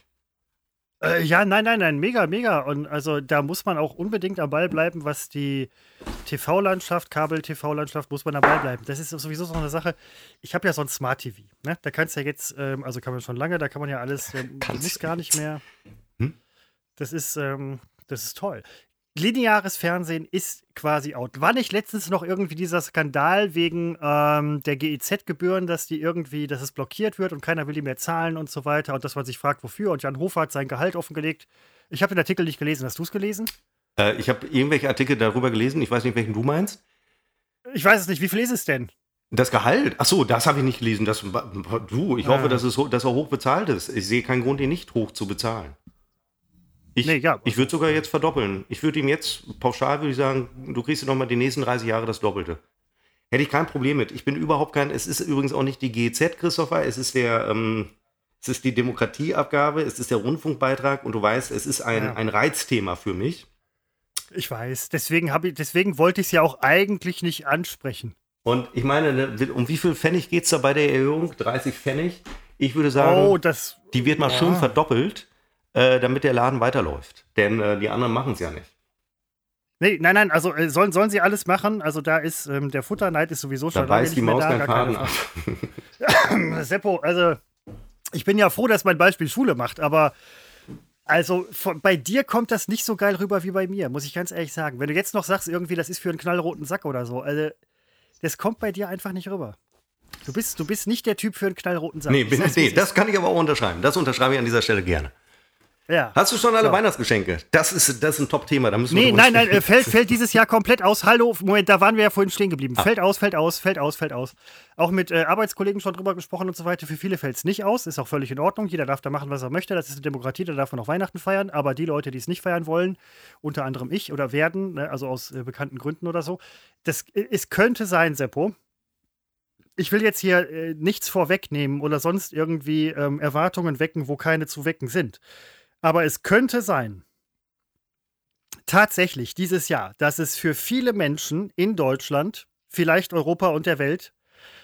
Äh, ja, nein, nein, nein, mega, mega. Und also da muss man auch unbedingt am Ball bleiben, was die T V-Landschaft, Kabel-T V-Landschaft, muss man am Ball bleiben. Das ist sowieso so eine Sache. Ich habe ja so ein Smart-T V. Ne? Da kannst du ja jetzt, ähm, also kann man schon lange, da kann man ja alles, ähm, muss gar nicht mehr. Hm? Das ist, ähm, das ist toll. Lineares Fernsehen ist quasi out. War nicht letztens noch irgendwie dieser Skandal wegen ähm, der G E Z-Gebühren, dass die irgendwie, dass es blockiert wird und keiner will die mehr zahlen und so weiter und dass man sich fragt, wofür? Und Jan Hofer hat sein Gehalt offengelegt. Ich habe den Artikel nicht gelesen. Hast du es gelesen? Äh, ich habe irgendwelche Artikel darüber gelesen. Ich weiß nicht, welchen du meinst. Ich weiß es nicht. Wie viel ist es denn? Das Gehalt? Ach so, das habe ich nicht gelesen. Das, du, ich ah. hoffe, dass, es, dass er hoch bezahlt ist. Ich sehe keinen Grund, ihn nicht hoch zu bezahlen. Ich, nee, ja. ich würde sogar jetzt verdoppeln. Ich würde ihm jetzt, pauschal würde ich sagen, du kriegst noch mal die nächsten dreißig Jahre das Doppelte. Hätte ich kein Problem mit. Ich bin überhaupt kein, es ist übrigens auch nicht die G E Z, Christopher, es ist der, ähm, es ist die Demokratieabgabe, es ist der Rundfunkbeitrag und du weißt, es ist ein, ja. ein Reizthema für mich. Ich weiß, deswegen, hab ich, deswegen wollte ich es ja auch eigentlich nicht ansprechen. Und ich meine, um wie viel Pfennig geht es da bei der Erhöhung? dreißig Pfennig? Ich würde sagen, oh, das, die wird mal ja. schön verdoppelt. Äh, damit der Laden weiterläuft. Denn äh, die anderen machen es ja nicht. Nee, nein, nein, also äh, sollen, sollen sie alles machen. Also da ist, ähm, der Futterneid ist sowieso schon da beißt die Maus keinen Faden ab. Seppo, also ich bin ja froh, dass mein Beispiel Schule macht, aber also von, bei dir kommt das nicht so geil rüber wie bei mir, muss ich ganz ehrlich sagen. Wenn du jetzt noch sagst, irgendwie, das ist für einen knallroten Sack oder so, also das kommt bei dir einfach nicht rüber. Du bist, du bist nicht der Typ für einen knallroten Sack. Nee, bin, nee das kann ich aber auch unterschreiben. Das unterschreibe ich an dieser Stelle gerne. Ja. Hast du schon alle so. Weihnachtsgeschenke? Das ist, das ist ein Top-Thema. Da müssen wir nee, nein, nein, äh, fällt, fällt dieses Jahr komplett aus. Hallo, Moment, da waren wir ja vorhin stehen geblieben. Ah. Fällt aus, fällt aus, fällt aus, fällt aus. Auch mit äh, Arbeitskollegen schon drüber gesprochen und so weiter. Für viele fällt es nicht aus. Ist auch völlig in Ordnung. Jeder darf da machen, was er möchte. Das ist eine Demokratie, da darf man auch Weihnachten feiern. Aber die Leute, die es nicht feiern wollen, unter anderem ich oder werden, ne, also aus äh, bekannten Gründen oder so, das, äh, es könnte sein, Seppo, ich will jetzt hier äh, nichts vorwegnehmen oder sonst irgendwie ähm, Erwartungen wecken, wo keine zu wecken sind. Aber es könnte sein, tatsächlich dieses Jahr, dass es für viele Menschen in Deutschland, vielleicht Europa und der Welt,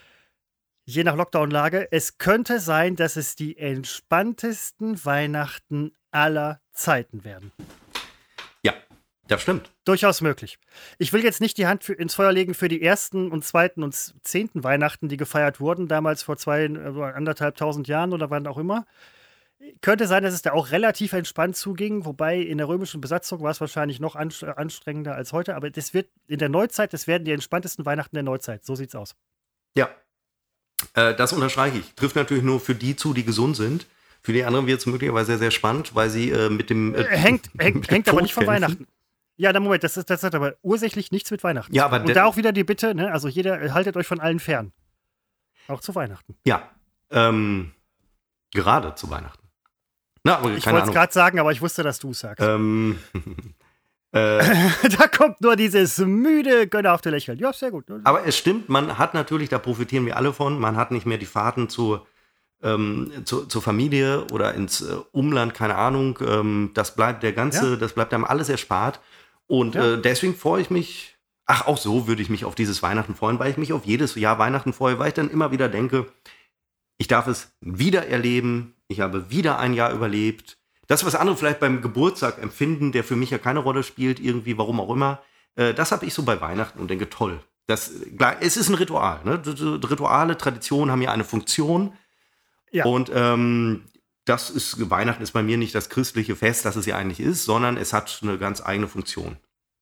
je nach Lockdown-Lage, es könnte sein, dass es die entspanntesten Weihnachten aller Zeiten werden. Ja, das stimmt. Durchaus möglich. Ich will jetzt nicht die Hand für, ins Feuer legen für die ersten und zweiten und zehnten Weihnachten, die gefeiert wurden, damals vor zwei, also anderthalb tausend Jahren oder wann auch immer. Könnte sein, dass es da auch relativ entspannt zuging, wobei in der römischen Besatzung war es wahrscheinlich noch anstrengender als heute, aber das wird in der Neuzeit, das werden die entspanntesten Weihnachten der Neuzeit. So sieht's aus. Ja, äh, das unterstreiche ich. Trifft natürlich nur für die zu, die gesund sind. Für die anderen wird es möglicherweise sehr, sehr spannend, weil sie äh, mit dem äh, Hängt, hängt, hängt aber nicht von Weihnachten. Ja, dann Moment, das, ist, das hat aber ursächlich nichts mit Weihnachten. Ja, aber und da auch wieder die Bitte, ne, also jeder, haltet euch von allen fern. Auch zu Weihnachten. Ja, ähm, gerade zu Weihnachten. Na, aber ich wollte es gerade sagen, aber ich wusste, dass du es sagst. Ähm, äh, da kommt nur dieses müde gönnerhafte Lächeln. Ja, sehr gut. Aber es stimmt, man hat natürlich, da profitieren wir alle von, man hat nicht mehr die Fahrten zur, ähm, zur, zur Familie oder ins äh, Umland, keine Ahnung. Ähm, das bleibt der ganze, ja. das bleibt einem alles erspart. Und ja. äh, deswegen freue ich mich, ach, auch so würde ich mich auf dieses Weihnachten freuen, weil ich mich auf jedes Jahr Weihnachten freue, weil ich dann immer wieder denke, ich darf es wieder erleben. Ich habe wieder ein Jahr überlebt. Das, was andere vielleicht beim Geburtstag empfinden, der für mich ja keine Rolle spielt, irgendwie, warum auch immer, äh, das habe ich so bei Weihnachten und denke, toll. Das, es ist ein Ritual. Ne? Rituale, Traditionen haben ja eine Funktion. Ja. Und ähm, das ist, Weihnachten ist bei mir nicht das christliche Fest, das es ja eigentlich ist, sondern es hat eine ganz eigene Funktion.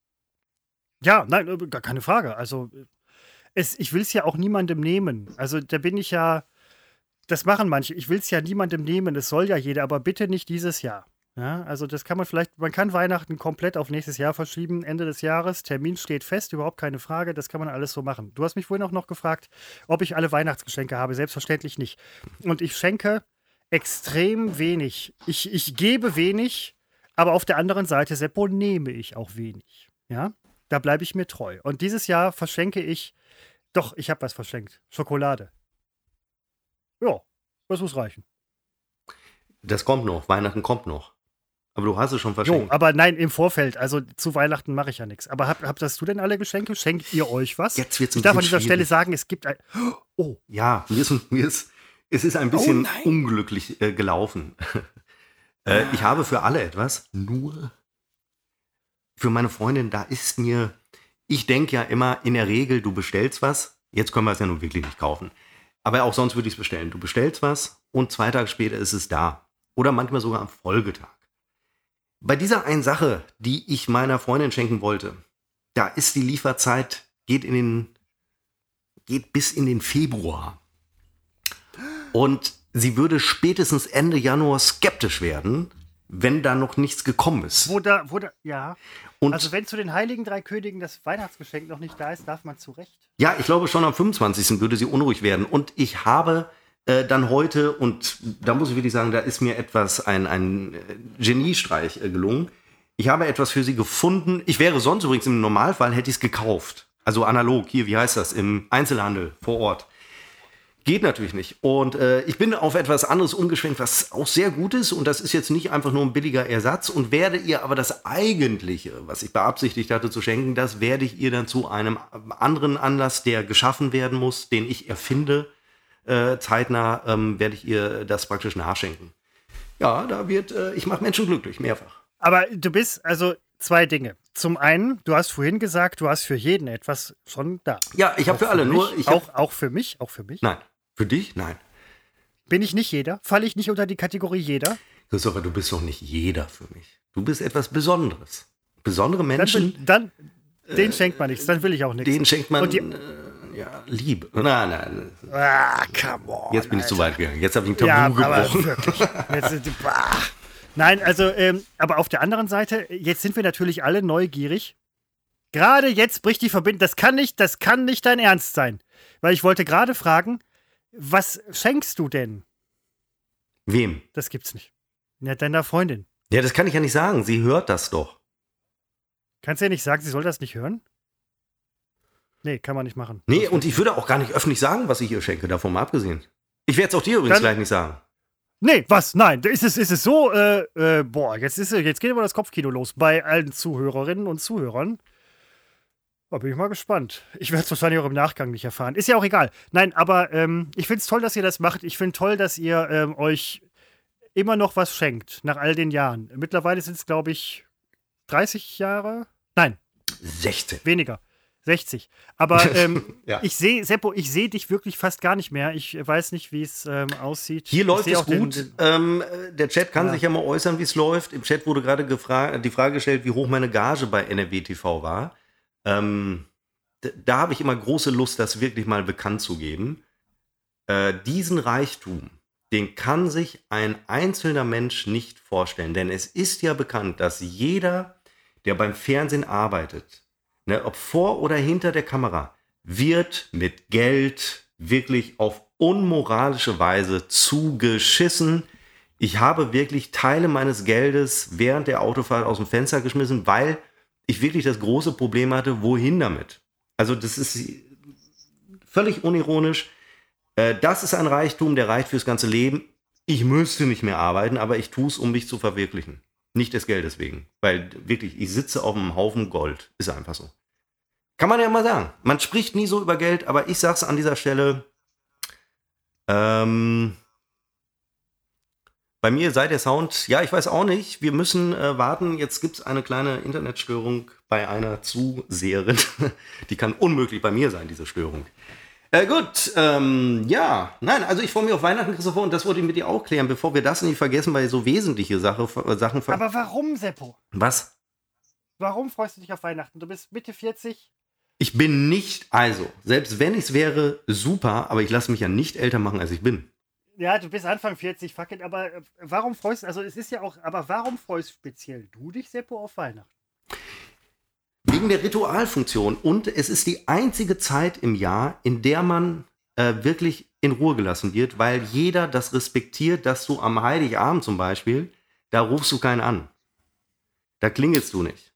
Ja, nein, äh, gar keine Frage. Also, es, ich will es ja auch niemandem nehmen. Also, da bin ich ja, das machen manche. Ich will es ja niemandem nehmen, es soll ja jeder, aber bitte nicht dieses Jahr. Ja, also das kann man vielleicht, man kann Weihnachten komplett auf nächstes Jahr verschieben, Ende des Jahres, Termin steht fest, überhaupt keine Frage, das kann man alles so machen. Du hast mich vorhin auch noch gefragt, ob ich alle Weihnachtsgeschenke habe, selbstverständlich nicht. Und ich schenke extrem wenig. Ich, ich gebe wenig, aber auf der anderen Seite, Seppo, nehme ich auch wenig. Ja, da bleibe ich mir treu. Und dieses Jahr verschenke ich, doch, ich habe was verschenkt, Schokolade. Ja, das muss reichen. Das kommt noch, Weihnachten kommt noch. Aber du hast es schon Jo, verschenkt. aber nein, im Vorfeld. Also zu Weihnachten mache ich ja nichts. Aber habt, habt hast du denn alle Geschenke? Schenkt ihr euch was? Jetzt wird's ein Ich darf an bisschen dieser Stelle schwierig. sagen, es gibt ein. Oh, Ja, mir ist, mir ist, es ist ein bisschen nein. unglücklich äh, gelaufen. äh, ich habe für alle etwas, nur für meine Freundin, da ist mir, ich denke ja immer, in der Regel, du bestellst was, jetzt können wir es ja nun wirklich nicht kaufen, aber auch sonst würde ich es bestellen. Du bestellst was und zwei Tage später ist es da. Oder manchmal sogar am Folgetag. Bei dieser einen Sache, die ich meiner Freundin schenken wollte, da ist die Lieferzeit, geht in den, geht bis in den Februar. Und sie würde spätestens Ende Januar skeptisch werden, wenn da noch nichts gekommen ist. wo da, wo da, ja. Und Also wenn zu den Heiligen Drei Königen das Weihnachtsgeschenk noch nicht da ist, darf man zurecht. ja, ich glaube schon am fünfundzwanzigsten würde sie unruhig werden. Und ich habe äh, dann heute, und da muss ich wirklich sagen, da ist mir etwas, ein, ein äh, Geniestreich äh, gelungen. Ich habe etwas für sie gefunden. Ich wäre sonst übrigens im Normalfall, hätte ich es gekauft. Also analog, hier, wie heißt das, im Einzelhandel vor Ort. Geht natürlich nicht. Und äh, ich bin auf etwas anderes umgeschwenkt, was auch sehr gut ist. Und das ist jetzt nicht einfach nur ein billiger Ersatz. Und werde ihr aber das Eigentliche, was ich beabsichtigt hatte zu schenken, das werde ich ihr dann zu einem anderen Anlass, der geschaffen werden muss, den ich erfinde, äh, zeitnah, ähm, werde ich ihr das praktisch nachschenken. Ja, da wird, äh, ich mache Menschen glücklich, mehrfach. Aber du bist, also zwei Dinge. Zum einen, du hast vorhin gesagt, du hast für jeden etwas schon da. Ja, ich habe Auch für alle, mich, nur ich hab, auch, auch für mich, auch für mich. Nein, für dich? Nein. Bin ich nicht jeder? Falle ich nicht unter die Kategorie jeder? Christopher, du bist doch nicht jeder für mich. Du bist etwas Besonderes. Besondere Dann, Menschen, will, dann den schenkt man nichts, dann will ich auch nichts. denen schenkt man Und die- äh, ja, Liebe. Nein, nein, Ah, come on. jetzt bin ich zu Alter. weit gegangen. Jetzt habe ich ein Ja, Tabu aber gebrochen. wirklich. Jetzt sind die, bah. Nein, also, ähm, aber auf der anderen Seite, jetzt sind wir natürlich alle neugierig. Gerade jetzt bricht die Verbindung. Das kann nicht, das kann nicht dein Ernst sein. Weil ich wollte gerade fragen, was schenkst du denn? Wem? Das gibt's nicht. Ja, deiner Freundin. Ja, das kann ich ja nicht sagen. Sie hört das doch. Kannst du ja nicht sagen, sie soll das nicht hören? Nee, kann man nicht machen. Nee, und ich würde auch gar nicht öffentlich sagen, was ich ihr schenke, davon mal abgesehen. Ich werde es auch dir übrigens Dann- gleich nicht sagen. Nee, was? Nein, ist es, ist es so, äh, äh, boah, jetzt, ist, jetzt geht aber das Kopfkino los bei allen Zuhörerinnen und Zuhörern. Da bin ich mal gespannt. Ich werde es wahrscheinlich auch im Nachgang nicht erfahren. Ist ja auch egal. Nein, aber ähm, ich finde es toll, dass ihr das macht. Ich finde toll, dass ihr ähm, euch immer noch was schenkt, nach all den Jahren. Mittlerweile sind es, glaube ich, dreißig Jahre? Nein, sechzehn. weniger. sechzig. Aber ähm, Ja. ich sehe, Seppo, ich sehe dich wirklich fast gar nicht mehr. Ich weiß nicht, wie es ähm, aussieht. Hier Ich läuft sehe es auch den- gut. den- ähm, äh, der Chat kann Ja. sich ja mal äußern, wie es läuft. Im Chat wurde gerade gefra- die Frage gestellt, wie hoch meine Gage bei N R W T V war. Ähm, d- da habe ich immer große Lust, das wirklich mal bekannt zu geben. Äh, diesen Reichtum, den kann sich ein einzelner Mensch nicht vorstellen. Denn es ist ja bekannt, dass jeder, der beim Fernsehen arbeitet, ne, ob vor oder hinter der Kamera, wird mit Geld wirklich auf unmoralische Weise zugeschissen. Ich habe wirklich Teile meines Geldes während der Autofahrt aus dem Fenster geschmissen, weil ich wirklich das große Problem hatte, wohin damit? Also das ist völlig unironisch. Äh, Das ist ein Reichtum, der reicht fürs ganze Leben. Ich müsste nicht mehr arbeiten, aber ich tue es, um mich zu verwirklichen. Nicht des Geldes wegen. Weil wirklich, ich sitze auf einem Haufen Gold. Ist einfach so. Kann man ja mal sagen. Man spricht nie so über Geld, aber ich sag's an dieser Stelle. Ähm, bei mir sei der Sound, ja, ich weiß auch nicht. Wir müssen äh, warten. Jetzt gibt's eine kleine Internetstörung bei einer Zuseherin. Die kann unmöglich bei mir sein, diese Störung. Äh, gut, ähm, ja. Nein, also ich freue mich auf Weihnachten, Christopher, und das wollte ich mit dir auch klären, bevor wir das nicht vergessen, weil so wesentliche Sache, Sachen... Ver- Aber warum, Seppo? Was? Warum freust du dich auf Weihnachten? Du bist Mitte vierzig. Ich bin nicht, also, selbst wenn ich es wäre, super, aber ich lasse mich ja nicht älter machen, als ich bin. Ja, du bist Anfang vierzig, fuck it, aber äh, warum freust du, also es ist ja auch, aber warum freust speziell du dich, Seppo, auf Weihnachten? Wegen der Ritualfunktion. Und es ist die einzige Zeit im Jahr, in der man äh, wirklich in Ruhe gelassen wird, weil jeder das respektiert, dass du am Heiligabend zum Beispiel, da rufst du keinen an. Da klingelst du nicht.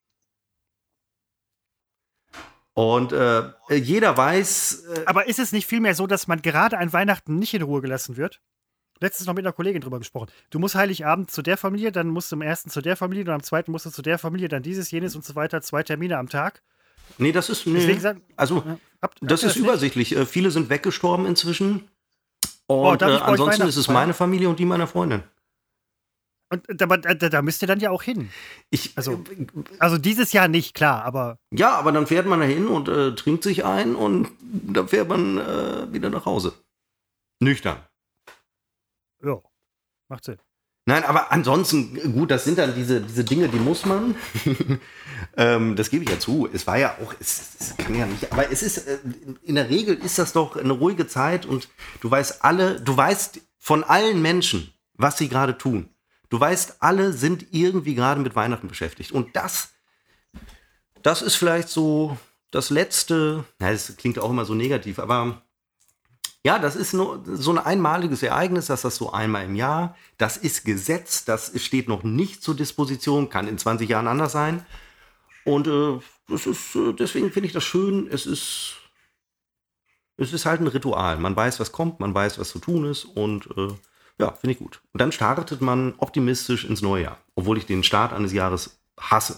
Und äh, jeder weiß... Äh, Aber ist es nicht vielmehr so, dass man gerade an Weihnachten nicht in Ruhe gelassen wird? Letztens noch mit einer Kollegin drüber gesprochen. Du musst Heiligabend zu der Familie, dann musst du am ersten zu der Familie und am zweiten musst du zu der Familie, dann dieses, jenes und so weiter, zwei Termine am Tag. Nee, das ist... Nee. Deswegen sagen, also, ja, habt, das habt ist das übersichtlich. Äh, viele sind weggestorben inzwischen. Oh, Und darf äh, ich bei euch ansonsten ist es Weihnachten meine Familie und die meiner Freundin. Und da, da, da müsst ihr dann ja auch hin. Ich, Also, also dieses Jahr nicht, klar, aber... Ja, aber dann fährt man da hin und äh, trinkt sich ein und dann fährt man äh, wieder nach Hause. Nüchtern. Ja, macht Sinn. Nein, aber ansonsten, gut, das sind dann diese, diese Dinge, die muss man. ähm, das gebe ich ja zu. Es war ja auch, es, es kann ja nicht, aber es ist, äh, in der Regel ist das doch eine ruhige Zeit und du weißt alle, du weißt von allen Menschen, was sie gerade tun. Du weißt, alle sind irgendwie gerade mit Weihnachten beschäftigt. Und das, das ist vielleicht so das letzte, na, das klingt auch immer so negativ, aber ja, das ist nur so ein einmaliges Ereignis, dass das so einmal im Jahr, das ist Gesetz, das steht noch nicht zur Disposition, kann in zwanzig Jahren anders sein. Und äh, das ist, deswegen finde ich das schön, es ist, es ist halt ein Ritual. Man weiß, was kommt, man weiß, was zu tun ist und äh, ja, finde ich gut. Und dann startet man optimistisch ins neue Jahr, obwohl ich den Start eines Jahres hasse.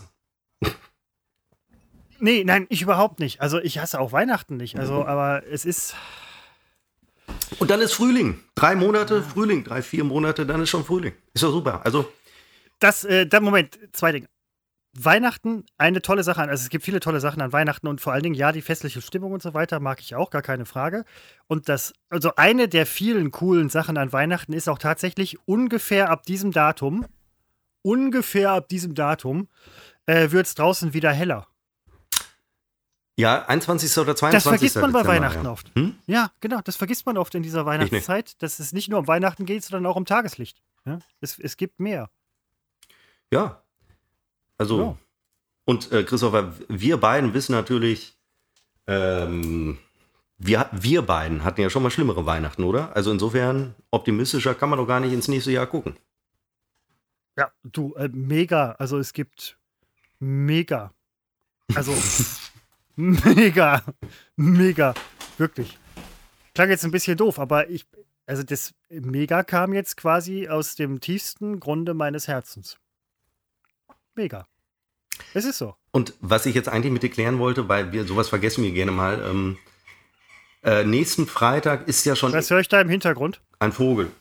Nee, nein, ich überhaupt nicht. Also ich hasse auch Weihnachten nicht. Also, aber es ist... Und dann ist Frühling. Drei Monate Frühling, drei, vier Monate, dann ist schon Frühling. Ist doch super. Also Das, äh, da, Moment, zwei Dinge. Weihnachten, eine tolle Sache an, also es gibt viele tolle Sachen an Weihnachten und vor allen Dingen, ja, die festliche Stimmung und so weiter mag ich auch, gar keine Frage. Und das, also eine der vielen coolen Sachen an Weihnachten ist auch tatsächlich ungefähr ab diesem Datum, ungefähr ab diesem Datum, äh, wird es draußen wieder heller. ja, einundzwanzigsten oder Das zweiundzwanzigsten vergisst man bei Dezember, Weihnachten ja. oft. Hm? Ja, genau, das vergisst man oft in dieser Weihnachtszeit, dass es nicht nur um Weihnachten geht, sondern auch um Tageslicht. Ja? Es, es gibt mehr. Ja. Also, Ja. und äh, Christopher, wir beiden wissen natürlich, ähm, wir, wir beiden hatten ja schon mal schlimmere Weihnachten, oder? Also insofern, optimistischer kann man doch gar nicht ins nächste Jahr gucken. Ja, du, äh, mega. Also es gibt mega. Also mega. Mega. Wirklich. Klang jetzt ein bisschen doof, aber ich, also das Mega kam jetzt quasi aus dem tiefsten Grunde meines Herzens. Mega. Es ist so. Und was ich jetzt eigentlich mit dir klären wollte, weil wir sowas vergessen wir gerne mal, ähm, äh, nächsten Freitag ist ja schon Was höre ich da im Hintergrund? ein Vogel.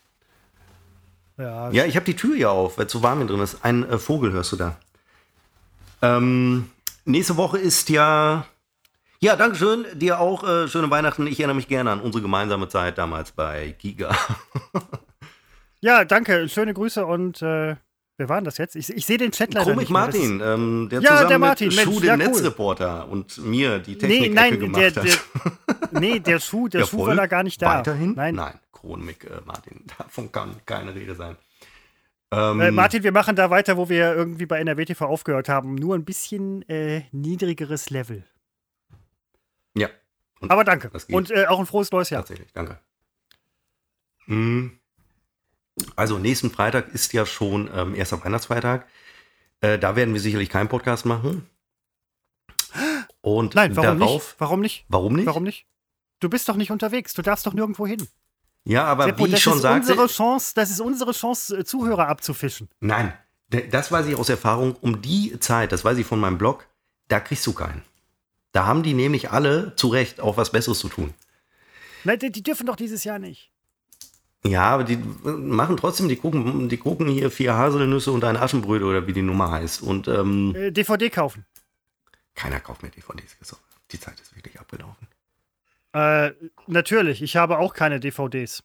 Ja, Ja, ich habe die Tür hier auf, weil es so warm hier drin ist. Ein äh, Vogel hörst du da. Ähm, nächste Woche ist ja... Ja, Dankeschön. Dir auch äh, schöne Weihnachten. Ich erinnere mich gerne an unsere gemeinsame Zeit damals bei Giga. ja danke. Schöne Grüße und äh, wer war denn das jetzt? Ich, ich sehe den Chat leider Chromik nicht mehr. Das ist- Martin, ähm, der Ja, zusammen der Martin, mit Mensch, Schuh, dem ja, cool. Netzreporter und mir die Nee, Technik nein, gemacht der, hat. der, nee, der Schuh, der Ja, Schuh voll. war da gar nicht da. Weiterhin? Nein. Nein, Chromik äh, Martin, davon kann keine Rede sein. Ähm, Äh, Martin, wir machen da weiter, wo wir irgendwie bei N R W T V aufgehört haben. Nur ein bisschen äh, niedrigeres Level. Ja. Und Aber danke. das geht. Und äh, auch ein frohes neues Jahr. Tatsächlich, danke. Mm. Also, nächsten Freitag ist ja schon ähm, erster Weihnachtsfeiertag. Äh, da werden wir sicherlich keinen Podcast machen. Und Nein, warum darauf, nicht? Warum nicht? Warum nicht? Warum nicht? Du bist doch nicht unterwegs. Du darfst doch nirgendwo hin. Ja, aber Seppo, wie ich das schon ist sagte, unsere Chance, das ist unsere Chance, äh, Zuhörer abzufischen. nein, d- das weiß ich aus Erfahrung, um die Zeit, das weiß ich von meinem Blog, da kriegst du keinen. Da haben die nämlich alle zu Recht auch was Besseres zu tun. Nein, die, die dürfen doch dieses Jahr nicht. Ja, aber die machen trotzdem, die gucken, die gucken hier vier Haselnüsse und ein Aschenbrödel oder wie die Nummer heißt. Und ähm, Äh, D V D kaufen. keiner kauft mehr D V Ds. Die Zeit ist wirklich abgelaufen. Äh, natürlich, ich habe auch keine D V Ds.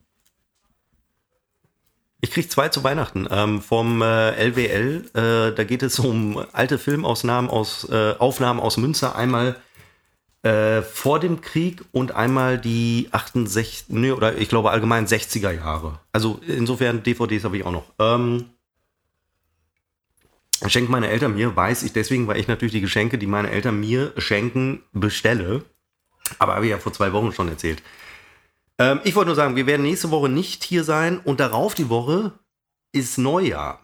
Ich krieg zwei zu Weihnachten ähm, vom äh, L W L. Äh, da geht es um alte Filmausnahmen aus äh, Aufnahmen aus Münster. Einmal äh, vor dem Krieg und einmal die achtundsechzig, nee, oder ich glaube allgemein sechziger Jahre. Also insofern D V Ds habe ich auch noch. Ähm, schenken meine Eltern mir, weiß ich deswegen, weil ich natürlich die Geschenke, die meine Eltern mir schenken, bestelle. Aber habe ich ja vor zwei Wochen schon erzählt. Ähm, ich wollte nur sagen, wir werden nächste Woche nicht hier sein und darauf die Woche ist Neujahr.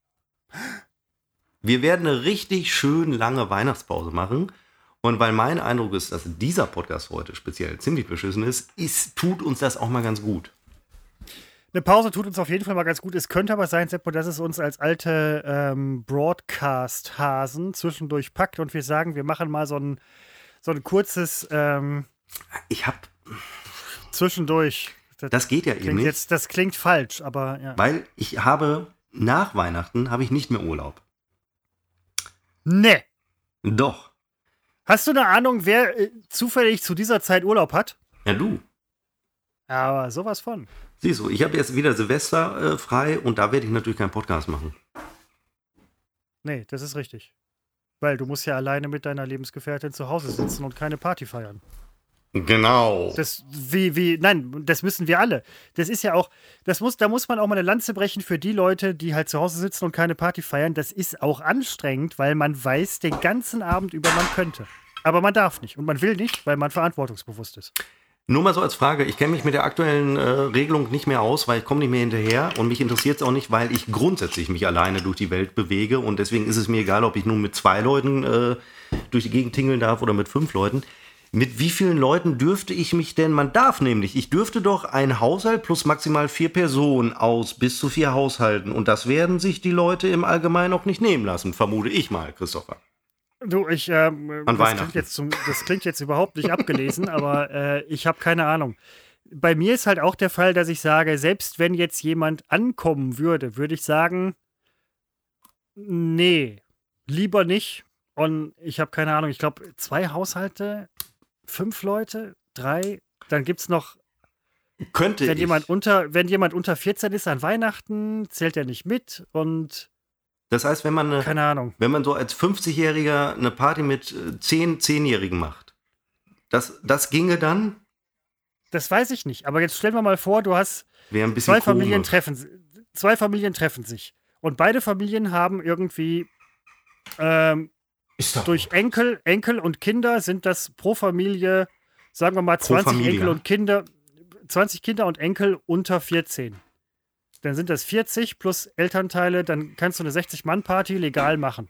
Wir werden eine richtig schön lange Weihnachtspause machen. Und weil mein Eindruck ist, dass dieser Podcast heute speziell ziemlich beschissen ist, ist tut uns das auch mal ganz gut. Eine Pause tut uns auf jeden Fall mal ganz gut. Es könnte aber sein, Seppo, dass es uns als alte ähm, Broadcast-Hasen zwischendurch packt und wir sagen, wir machen mal so ein, so ein kurzes ähm, Ich habe zwischendurch. Das, das geht ja eben nicht. Jetzt, das klingt falsch, aber ja. Weil ich habe nach Weihnachten habe ich nicht mehr Urlaub. Nee. Doch. Hast du eine Ahnung, wer äh, zufällig zu dieser Zeit Urlaub hat? Ja, du. Aber sowas von. Siehst du, ich habe jetzt wieder Silvester äh, frei und da werde ich natürlich keinen Podcast machen. Nee, das ist richtig. Weil du musst ja alleine mit deiner Lebensgefährtin zu Hause sitzen und keine Party feiern. Genau. Das, wie, wie, nein, das müssen wir alle. Das ist ja auch, das muss, da muss man auch mal eine Lanze brechen für die Leute, die halt zu Hause sitzen und keine Party feiern. Das ist auch anstrengend, weil man weiß den ganzen Abend über, man könnte. Aber man darf nicht und man will nicht, weil man verantwortungsbewusst ist. Nur mal so als Frage, ich kenne mich mit der aktuellen äh, Regelung nicht mehr aus, weil ich komme nicht mehr hinterher und mich interessiert es auch nicht, weil ich grundsätzlich mich alleine durch die Welt bewege und deswegen ist es mir egal, ob ich nun mit zwei Leuten äh, durch die Gegend tingeln darf oder mit fünf Leuten. Mit wie vielen Leuten dürfte ich mich denn, man darf nämlich, ich dürfte doch ein Haushalt plus maximal vier Personen aus bis zu vier Haushalten und das werden sich die Leute im Allgemeinen auch nicht nehmen lassen, vermute ich mal, Christopher. Du, ich, ähm, An das, Weihnachten. klingt jetzt zum, das klingt jetzt überhaupt nicht abgelesen, aber äh, ich habe keine Ahnung. Bei mir ist halt auch der Fall, dass ich sage, selbst wenn jetzt jemand ankommen würde, würde ich sagen, nee, lieber nicht. Und ich habe keine Ahnung, ich glaube, zwei Haushalte, fünf Leute, drei, dann gibt es noch, Könnte wenn ich. jemand unter, wenn jemand unter vierzehn ist an Weihnachten, zählt er nicht mit und Das heißt, wenn man, eine, keine Ahnung. wenn man so als fünfzigjähriger eine Party mit äh, zehn zehnjährigen macht, das, das ginge dann? Das weiß ich nicht, aber jetzt stellen wir mal vor, du hast Wäre ein bisschen Zwei Familien, komisch. treffen, zwei Familien treffen sich. Und beide Familien haben irgendwie ähm, Ist doch durch Enkel, Enkel und Kinder sind das pro Familie, sagen wir mal, Pro zwanzig Familie. Enkel und Kinder, zwanzig Kinder und Enkel unter vierzehn. Dann sind das vierzig plus Elternteile, dann kannst du eine sechzig-Mann-Party legal machen.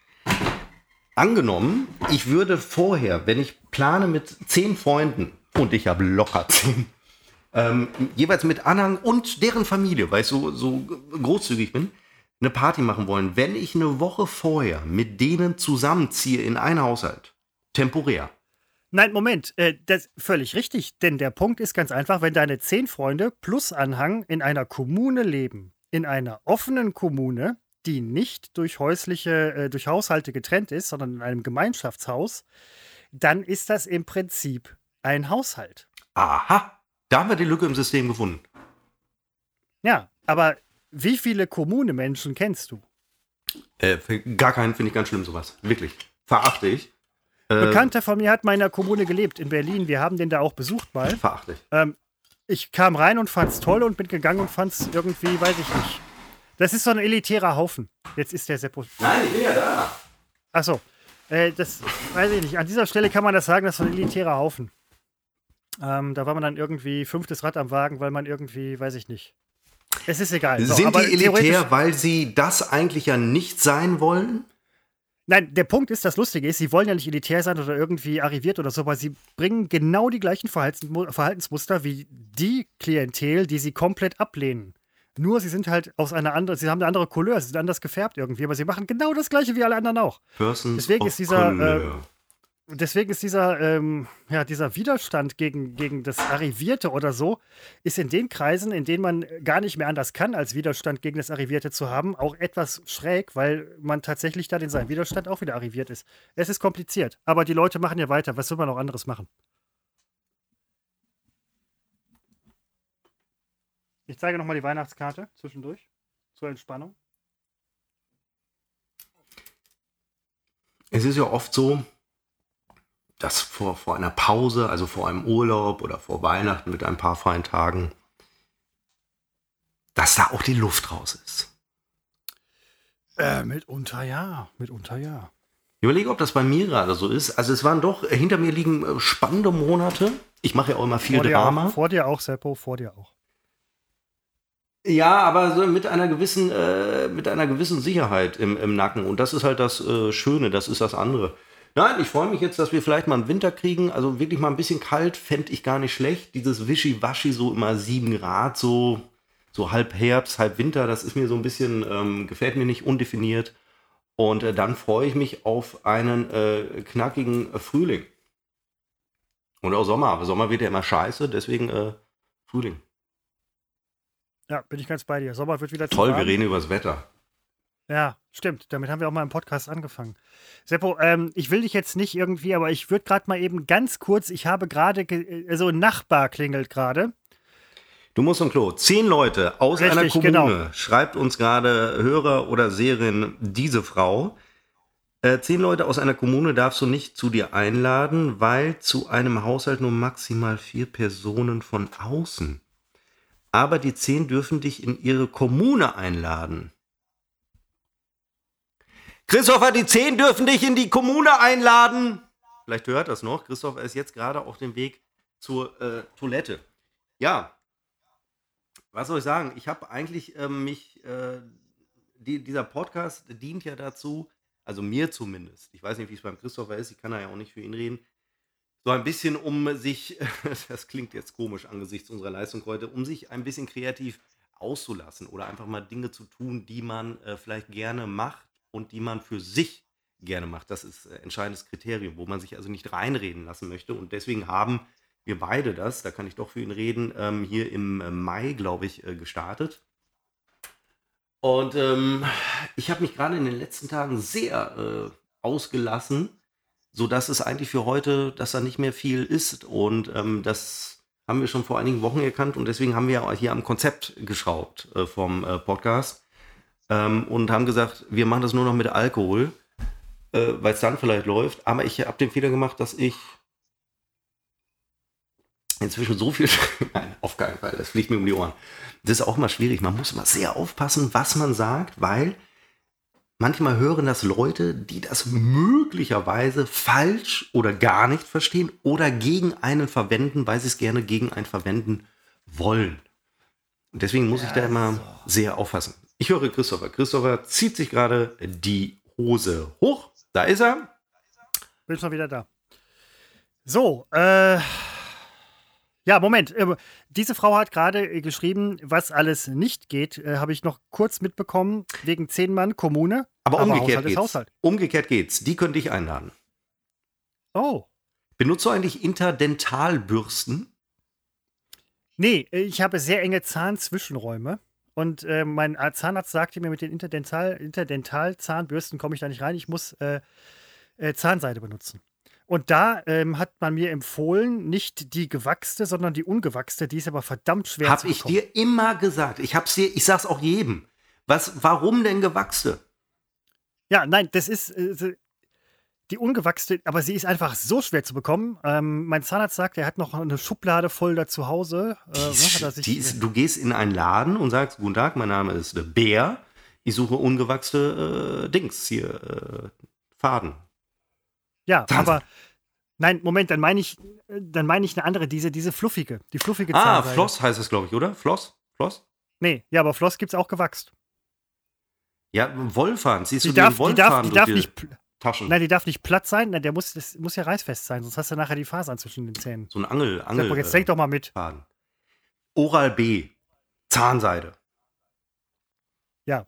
Angenommen, ich würde vorher, wenn ich plane mit zehn Freunden, und ich habe locker zehn, ähm, jeweils mit Anhang und deren Familie, weil ich so, so großzügig bin, eine Party machen wollen, wenn ich eine Woche vorher mit denen zusammenziehe in einen Haushalt, temporär. Nein, Moment, äh, das ist völlig richtig, denn der Punkt ist ganz einfach, wenn deine zehn Freunde plus Anhang in einer Kommune leben, in einer offenen Kommune, die nicht durch häusliche, äh, durch Haushalte getrennt ist, sondern in einem Gemeinschaftshaus, dann ist das im Prinzip ein Haushalt. Aha, da haben wir die Lücke im System gefunden. Ja, aber wie viele Kommune-Menschen kennst du? Äh, für gar keinen finde ich ganz schlimm sowas. Wirklich. Verachte ich. Äh, Bekannter von mir hat mal in einer Kommune gelebt, in Berlin. Wir haben den da auch besucht mal. Verachte ich. Ähm, ich kam rein und fand's toll und bin gegangen und fand's irgendwie, weiß ich nicht. Das ist so ein elitärer Haufen. Jetzt ist der Seppo. Nein, ich bin ja da. Achso, äh, das weiß ich nicht. An dieser Stelle kann man das sagen, das ist so ein elitärer Haufen. Ähm, da war man dann irgendwie fünftes Rad am Wagen, weil man irgendwie, weiß ich nicht. Es ist egal. So, Sind aber die elitär, theoretisch- weil sie das eigentlich ja nicht sein wollen? Nein, der Punkt ist, das Lustige ist, sie wollen ja nicht elitär sein oder irgendwie arriviert oder so, aber sie bringen genau die gleichen Verhaltensmu- Verhaltensmuster wie die Klientel, die sie komplett ablehnen. Nur sie sind halt aus einer anderen, sie haben eine andere Couleur, sie sind anders gefärbt irgendwie, aber sie machen genau das Gleiche wie alle anderen auch. Persons Deswegen of ist dieser, Couleur. Deswegen ist dieser, ähm, ja, dieser Widerstand gegen, gegen das Arrivierte oder so, ist in den Kreisen, in denen man gar nicht mehr anders kann, als Widerstand gegen das Arrivierte zu haben, auch etwas schräg, weil man tatsächlich dann in seinem Widerstand auch wieder arriviert ist. Es ist kompliziert, aber die Leute machen ja weiter. Was soll man noch anderes machen? Ich zeige nochmal die Weihnachtskarte zwischendurch. Zur Entspannung. Es ist ja oft so, dass vor, vor einer Pause, also vor einem Urlaub oder vor Weihnachten mit ein paar freien Tagen, dass da auch die Luft raus ist. Äh, mitunter ja, mitunter ja. Ich überlege, ob das bei mir gerade so ist. Also es waren doch, hinter mir liegen spannende Monate. Ich mache ja auch immer viel vor Drama. Dir auch, vor dir auch, Seppo, vor dir auch. Ja, aber so mit einer gewissen, äh, mit einer gewissen Sicherheit im, im Nacken. Und das ist halt das äh, Schöne, das ist das andere. Nein, ich freue mich jetzt, dass wir vielleicht mal einen Winter kriegen. Also wirklich mal ein bisschen kalt, fände ich gar nicht schlecht. Dieses Wischiwaschi, so immer sieben Grad, so, so halb Herbst, halb Winter, das ist mir so ein bisschen, ähm, gefällt mir nicht, undefiniert. Und äh, dann freue ich mich auf einen äh, knackigen äh, Frühling. Und auch Sommer. Aber Sommer wird ja immer scheiße, deswegen äh, Frühling. Ja, bin ich ganz bei dir. Sommer wird wieder zu Toll, warm. wir reden über das Wetter. Ja, stimmt. Damit haben wir auch mal im Podcast angefangen. Seppo, ähm, ich will dich jetzt nicht irgendwie, aber ich würde gerade mal eben ganz kurz, ich habe gerade, ge- also ein Nachbar klingelt gerade. Du musst zum Klo. Zehn Leute aus Richtig, einer Kommune, genau. schreibt uns gerade Hörer oder Seherin diese Frau. Äh, zehn Leute aus einer Kommune darfst du nicht zu dir einladen, weil zu einem Haushalt nur maximal vier Personen von außen. Aber die zehn dürfen dich in ihre Kommune einladen. Christopher, die zehn dürfen dich in die Kommune einladen. Vielleicht hört das noch. Christopher ist jetzt gerade auf dem Weg zur äh, Toilette. Ja, was soll ich sagen? Ich habe eigentlich äh, mich, äh, die, dieser Podcast dient ja dazu, also mir zumindest, ich weiß nicht, wie es beim Christopher ist, ich kann da ja auch nicht für ihn reden, so ein bisschen um sich, das klingt jetzt komisch angesichts unserer Leistung heute, um sich ein bisschen kreativ auszulassen oder einfach mal Dinge zu tun, die man äh, vielleicht gerne macht und die man für sich gerne macht. Das ist äh, entscheidendes Kriterium, wo man sich also nicht reinreden lassen möchte. Und deswegen haben wir beide das, da kann ich doch für ihn reden, ähm, hier im äh, Mai, glaube ich, äh, gestartet. Und ähm, ich habe mich gerade in den letzten Tagen sehr äh, ausgelassen, sodass es eigentlich für heute, dass da nicht mehr viel ist. Und ähm, das haben wir schon vor einigen Wochen erkannt. Und deswegen haben wir hier am Konzept geschraubt äh, vom äh, Podcast. Ähm, und haben gesagt, wir machen das nur noch mit Alkohol, äh, weil es dann vielleicht läuft. Aber ich habe den Fehler gemacht, dass ich inzwischen so viel... Nein, auf keinen Fall, das fliegt mir um die Ohren. Das ist auch mal schwierig. Man muss immer sehr aufpassen, was man sagt, weil... Manchmal hören das Leute, die das möglicherweise falsch oder gar nicht verstehen oder gegen einen verwenden, weil sie es gerne gegen einen verwenden wollen. Und deswegen muss ja, ich da immer so sehr aufpassen. Ich höre Christopher. Christopher zieht sich gerade die Hose hoch. Da ist er. Bin schon wieder da. So, äh... Ja, Moment. Äh, diese Frau hat gerade äh, geschrieben, was alles nicht geht, äh, habe ich noch kurz mitbekommen, wegen zehn Mann Kommune. Aber, aber umgekehrt Haushalt geht's. Haushalt. Umgekehrt geht's. Die können dich einladen. Oh. Benutzt du eigentlich Interdentalbürsten? Nee, ich habe sehr enge Zahnzwischenräume. Und äh, mein Zahnarzt sagte mir, mit den Interdental, Interdental-Zahnbürsten komme ich da nicht rein. Ich muss äh, äh, Zahnseide benutzen. Und da ähm, hat man mir empfohlen, nicht die gewachste, sondern die ungewachste. Die ist aber verdammt schwer hab zu bekommen. Habe ich dir immer gesagt. Ich hab's dir, ich sag's auch jedem. Was, warum denn gewachste? Ja, nein, das ist äh, die ungewachste, aber sie ist einfach so schwer zu bekommen. Ähm, mein Zahnarzt sagt, er hat noch eine Schublade voll da zu Hause. Äh, die ist, hat er sich, die ist, du gehst in einen Laden und sagst, guten Tag, mein Name ist Bär. Ich suche ungewachste äh, Dings hier, äh, Faden. Ja, Zahn. Aber nein, Moment, dann meine ich, dann meine ich eine andere, diese, diese fluffige, die fluffige Ah, Zahnseide. Floss heißt es, glaube ich, oder? Floss? Floss? Nee, ja, aber Floss gibt's auch gewachst. Ja, Wollfaden, siehst die du darf, den Wollfaden die darf, die durch darf die nicht, Taschen? Nein, die darf nicht platt sein, nein, der muss, das muss ja reißfest sein, sonst hast du nachher die Fasern zwischen den Zähnen. So ein Angel, Angel. Sag, jetzt denk doch mal mit. Faden. Oral-B, Zahnseide. Ja.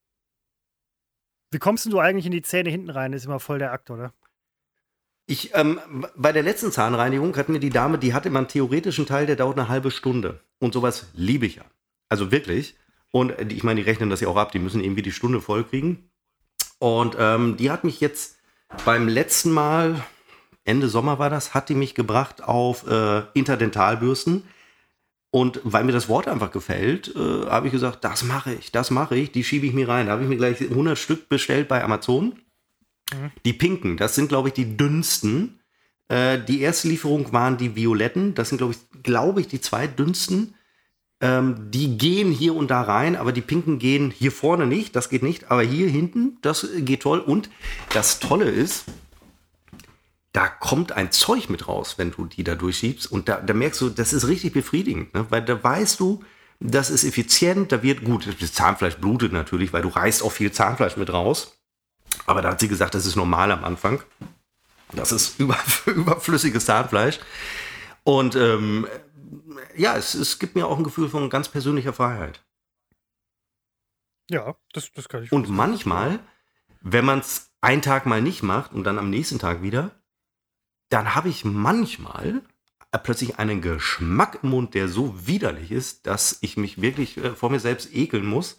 Wie kommst denn du eigentlich in die Zähne hinten rein? Das ist immer voll der Akt, oder? Ich, ähm, bei der letzten Zahnreinigung hat mir die Dame, die hatte immer einen theoretischen Teil, der dauert eine halbe Stunde. Und sowas liebe ich ja. Also wirklich. Und äh, ich meine, die rechnen das ja auch ab, die müssen irgendwie die Stunde voll kriegen. Und ähm, die hat mich jetzt beim letzten Mal, Ende Sommer war das, hat die mich gebracht auf äh, Interdentalbürsten. Und weil mir das Wort einfach gefällt, äh, habe ich gesagt, das mache ich, das mache ich, die schiebe ich mir rein. Da habe ich mir gleich hundert Stück bestellt bei Amazon. Mhm. Die pinken, das sind, glaube ich, die dünnsten. Äh, die erste Lieferung waren die violetten. Das sind, glaube ich, glaube ich, die zwei dünnsten. Ähm, die gehen hier und da rein, aber die pinken gehen hier vorne nicht. Das geht nicht, aber hier hinten, das geht toll. Und das Tolle ist, da kommt ein Zeug mit raus, wenn du die da durchschiebst. Und da, da merkst du, das ist richtig befriedigend. Ne? Weil da weißt du, das ist effizient. Da wird gut, das Zahnfleisch blutet natürlich, weil du reißt auch viel Zahnfleisch mit raus. Aber da hat sie gesagt, das ist normal am Anfang. Das ist über, überflüssiges Zahnfleisch. Und ähm, ja, es, es gibt mir auch ein Gefühl von ganz persönlicher Freiheit. Ja, das, das kann ich. Und manchmal, wenn man es einen Tag mal nicht macht und dann am nächsten Tag wieder, dann habe ich manchmal plötzlich einen Geschmack im Mund, der so widerlich ist, dass ich mich wirklich äh, vor mir selbst ekeln muss.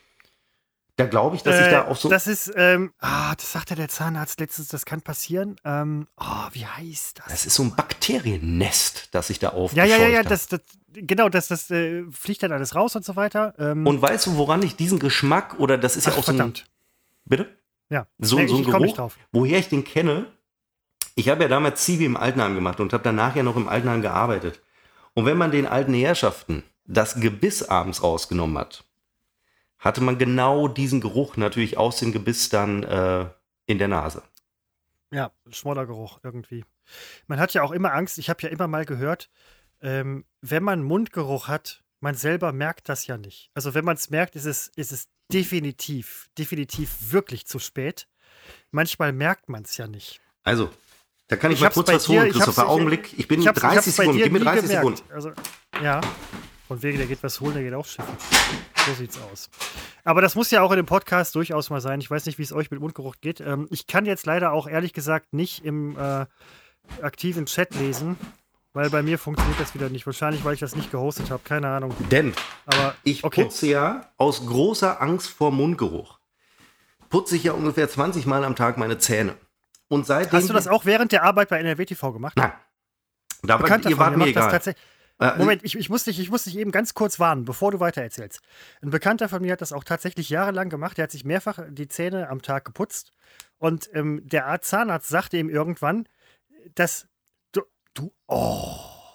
Da glaube ich, dass äh, ich da auch so... Das ist, ähm, ah, das sagte der Zahnarzt letztens, das kann passieren. Ähm, oh, wie heißt das? Das ist so ein Bakteriennest, das sich da aufgescheucht Ja, ja, ja, ja, das, das, genau, das, das äh, fliegt dann alles raus und so weiter. Ähm, und weißt du, woran ich diesen Geschmack, oder das ist ach, ja auch verdammt. so ein... Bitte? Ja. So, nee, so ein ich komm nicht Geruch, drauf. woher ich den kenne. Ich habe ja damals Zivi im Altenheim gemacht und habe danach ja noch im Altenheim gearbeitet. Und wenn man den alten Herrschaften das Gebiss abends rausgenommen hat, hatte man genau diesen Geruch natürlich aus dem Gebiss dann äh, in der Nase. Ja, Schmoddergeruch irgendwie. Man hat ja auch immer Angst, ich habe ja immer mal gehört, ähm, wenn man Mundgeruch hat, man selber merkt das ja nicht. Also wenn man es merkt, ist es, ist es definitiv, definitiv wirklich zu spät. Manchmal merkt man es ja nicht. Also, da kann ich, ich mal kurz bei was holen, Christopher. Augenblick, ich bin ich hab's, dreißig ich Sekunden, gib mir dreißig gemerkt. Sekunden. Also, ja, von wegen, der geht was holen, der geht auch schiffen. So sieht's aus. Aber das muss ja auch in dem Podcast durchaus mal sein. Ich weiß nicht, wie es euch mit Mundgeruch geht. Ähm, ich kann jetzt leider auch ehrlich gesagt nicht im äh, aktiven Chat lesen, weil bei mir funktioniert das wieder nicht. Wahrscheinlich, weil ich das nicht gehostet habe. Keine Ahnung. Denn Aber, ich okay. putze ja aus großer Angst vor Mundgeruch. Putze ich ja ungefähr zwanzig Mal am Tag meine Zähne. Und seitdem Hast du das auch während der Arbeit bei N R W T V gemacht? Nein. Da war, Bekannter ihr wart mir egal. Das äh, Moment, ich, ich, muss dich, ich muss dich eben ganz kurz warnen, bevor du weitererzählst. Ein Bekannter von mir hat das auch tatsächlich jahrelang gemacht. Der hat sich mehrfach die Zähne am Tag geputzt. Und ähm, der Zahnarzt sagte ihm irgendwann, dass du, du oh.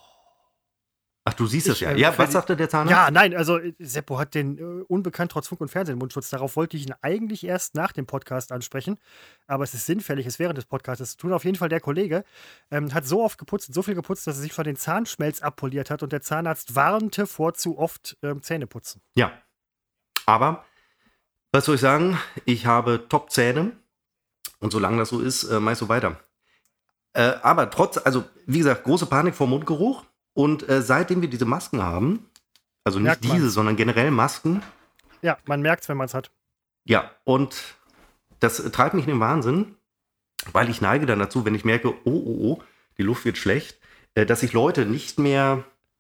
Ach, du siehst es ja. äh, Ja, was die, sagte der Zahnarzt? Ja, nein, also Seppo hat den äh, unbekannt trotz Funk und Fernsehen Mundschutz. Darauf wollte ich ihn eigentlich erst nach dem Podcast ansprechen. Aber es ist sinnfällig, es während des Podcasts zu tun. Auf jeden Fall der Kollege ähm, hat so oft geputzt und so viel geputzt, dass er sich von den Zahnschmelz abpoliert hat. Und der Zahnarzt warnte vor zu oft ähm, Zähneputzen. Ja. Aber, was soll ich sagen? Ich habe Top-Zähne. Und solange das so ist, äh, mach ich so weiter. Äh, aber trotz, also wie gesagt, große Panik vor Mundgeruch. Und äh, seitdem wir diese Masken haben, also nicht diese, man's. sondern generell Masken. Ja, man merkt es, wenn man es hat. Ja, und das äh, treibt mich in den Wahnsinn, weil ich neige dann dazu, wenn ich merke, oh, oh, oh, die Luft wird schlecht, äh, dass ich Leute nicht mehr,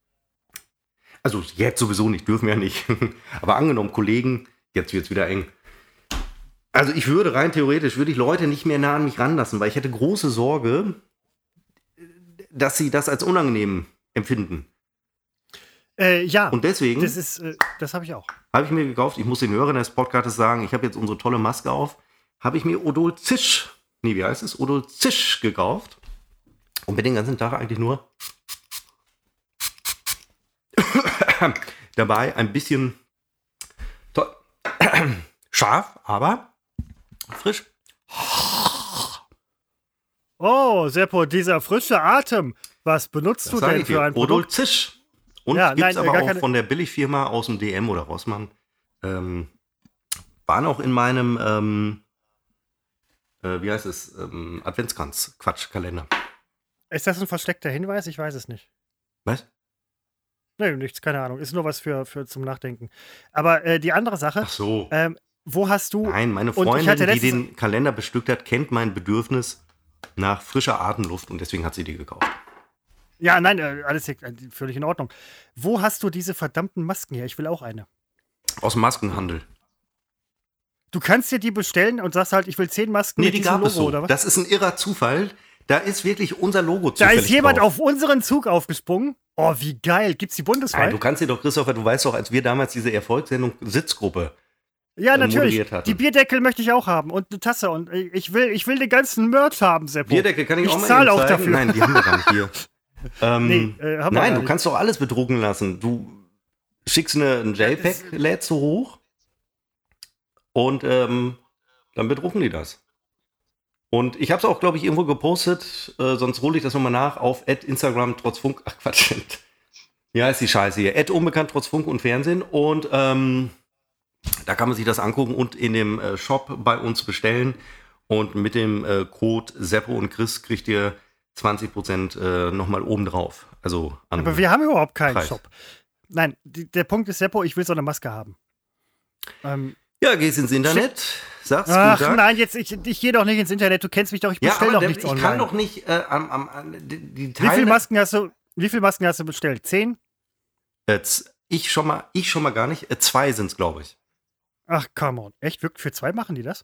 also jetzt sowieso nicht, dürfen wir ja nicht, aber angenommen Kollegen, jetzt wird es wieder eng. Also ich würde rein theoretisch, würde ich Leute nicht mehr nah an mich ranlassen, weil ich hätte große Sorge, dass sie das als unangenehm empfinden. Äh, ja. Und deswegen. Das ist, äh, das habe ich auch. Habe ich mir gekauft, ich muss den Hörern des Podcasts sagen, ich habe jetzt unsere tolle Maske auf, habe ich mir Odol-Zisch, nee, wie heißt es? Odol-Zisch gekauft. Und bin den ganzen Tag eigentlich nur dabei, ein bisschen to- scharf, aber frisch. Oh, Seppo, dieser frische Atem. Was benutzt das du denn für ein Produkt? Odol-Zisch. Und ja, gibt es aber auch keine... von der Billigfirma aus dem D M oder Rossmann. Ähm, waren auch in meinem, ähm, äh, wie heißt es, ähm, Adventskranz-Quatsch-Kalender. Ist das ein versteckter Hinweis? Ich weiß es nicht. Was? Nee, nichts, keine Ahnung. Ist nur was für, für zum Nachdenken. Aber äh, die andere Sache. Ach so. Ähm, wo hast du... Nein, meine Freundin, die den Kalender bestückt hat, kennt mein Bedürfnis nach frischer Atemluft und deswegen hat sie die gekauft. Ja, nein, alles hier, völlig in Ordnung. Wo hast du diese verdammten Masken her? Ich will auch eine. Aus dem Maskenhandel. Du kannst dir die bestellen und sagst halt, ich will zehn Masken nee, mit die diesem gab Logo, es so. oder was? Das ist ein irrer Zufall. Da ist wirklich unser Logo Da zufällig ist jemand drauf. auf unseren Zug aufgesprungen. Oh, wie geil. Gibt's die bundesweit? Nein, du kannst dir doch, Christopher, du weißt doch, als wir damals diese Erfolgssendung Sitzgruppe ja, äh, natürlich. moderiert hatten. Die Bierdeckel möchte ich auch haben und eine Tasse. Und ich will, ich will den ganzen Merch haben, Seppo. Bierdeckel kann ich, ich auch mal zahl eben auch zeigen. dafür. Nein, die haben wir gar nicht hier. ähm, Nee, äh, haben wir nein, gar du nicht. kannst doch alles bedrucken lassen. Du schickst eine, ein JPEG, lädst du hoch und ähm, dann bedrucken die das. Und ich habe es auch, glaube ich, irgendwo gepostet, äh, sonst hole ich das nochmal nach, auf Instagram trotz Funk, ach Quatsch, ja, ist die Scheiße hier, Ad unbekannt trotz Funk und Fernsehen und ähm, da kann man sich das angucken und in dem äh, Shop bei uns bestellen und mit dem äh, Code Seppo und Chris kriegt ihr zwanzig Prozent äh, nochmal oben drauf. Also an Aber wir haben überhaupt keinen Preis. Shop. Nein, die, der Punkt ist, Seppo, ich will so eine Maske haben. Ähm, Ja, gehst ins Internet, sagst ach guten Tag. nein, jetzt, ich, ich gehe doch nicht ins Internet, du kennst mich doch, ich Ja, bestelle aber doch der, nichts ich online. kann doch nicht äh, am, am, am, die, die Wie Teile... viele Masken hast du, wie viele Masken hast du bestellt? Zehn? Äh, z- ich schon mal, ich schon mal gar nicht. Äh, zwei sind es, glaube ich. Ach, come on. Echt? Wirklich für zwei machen die das?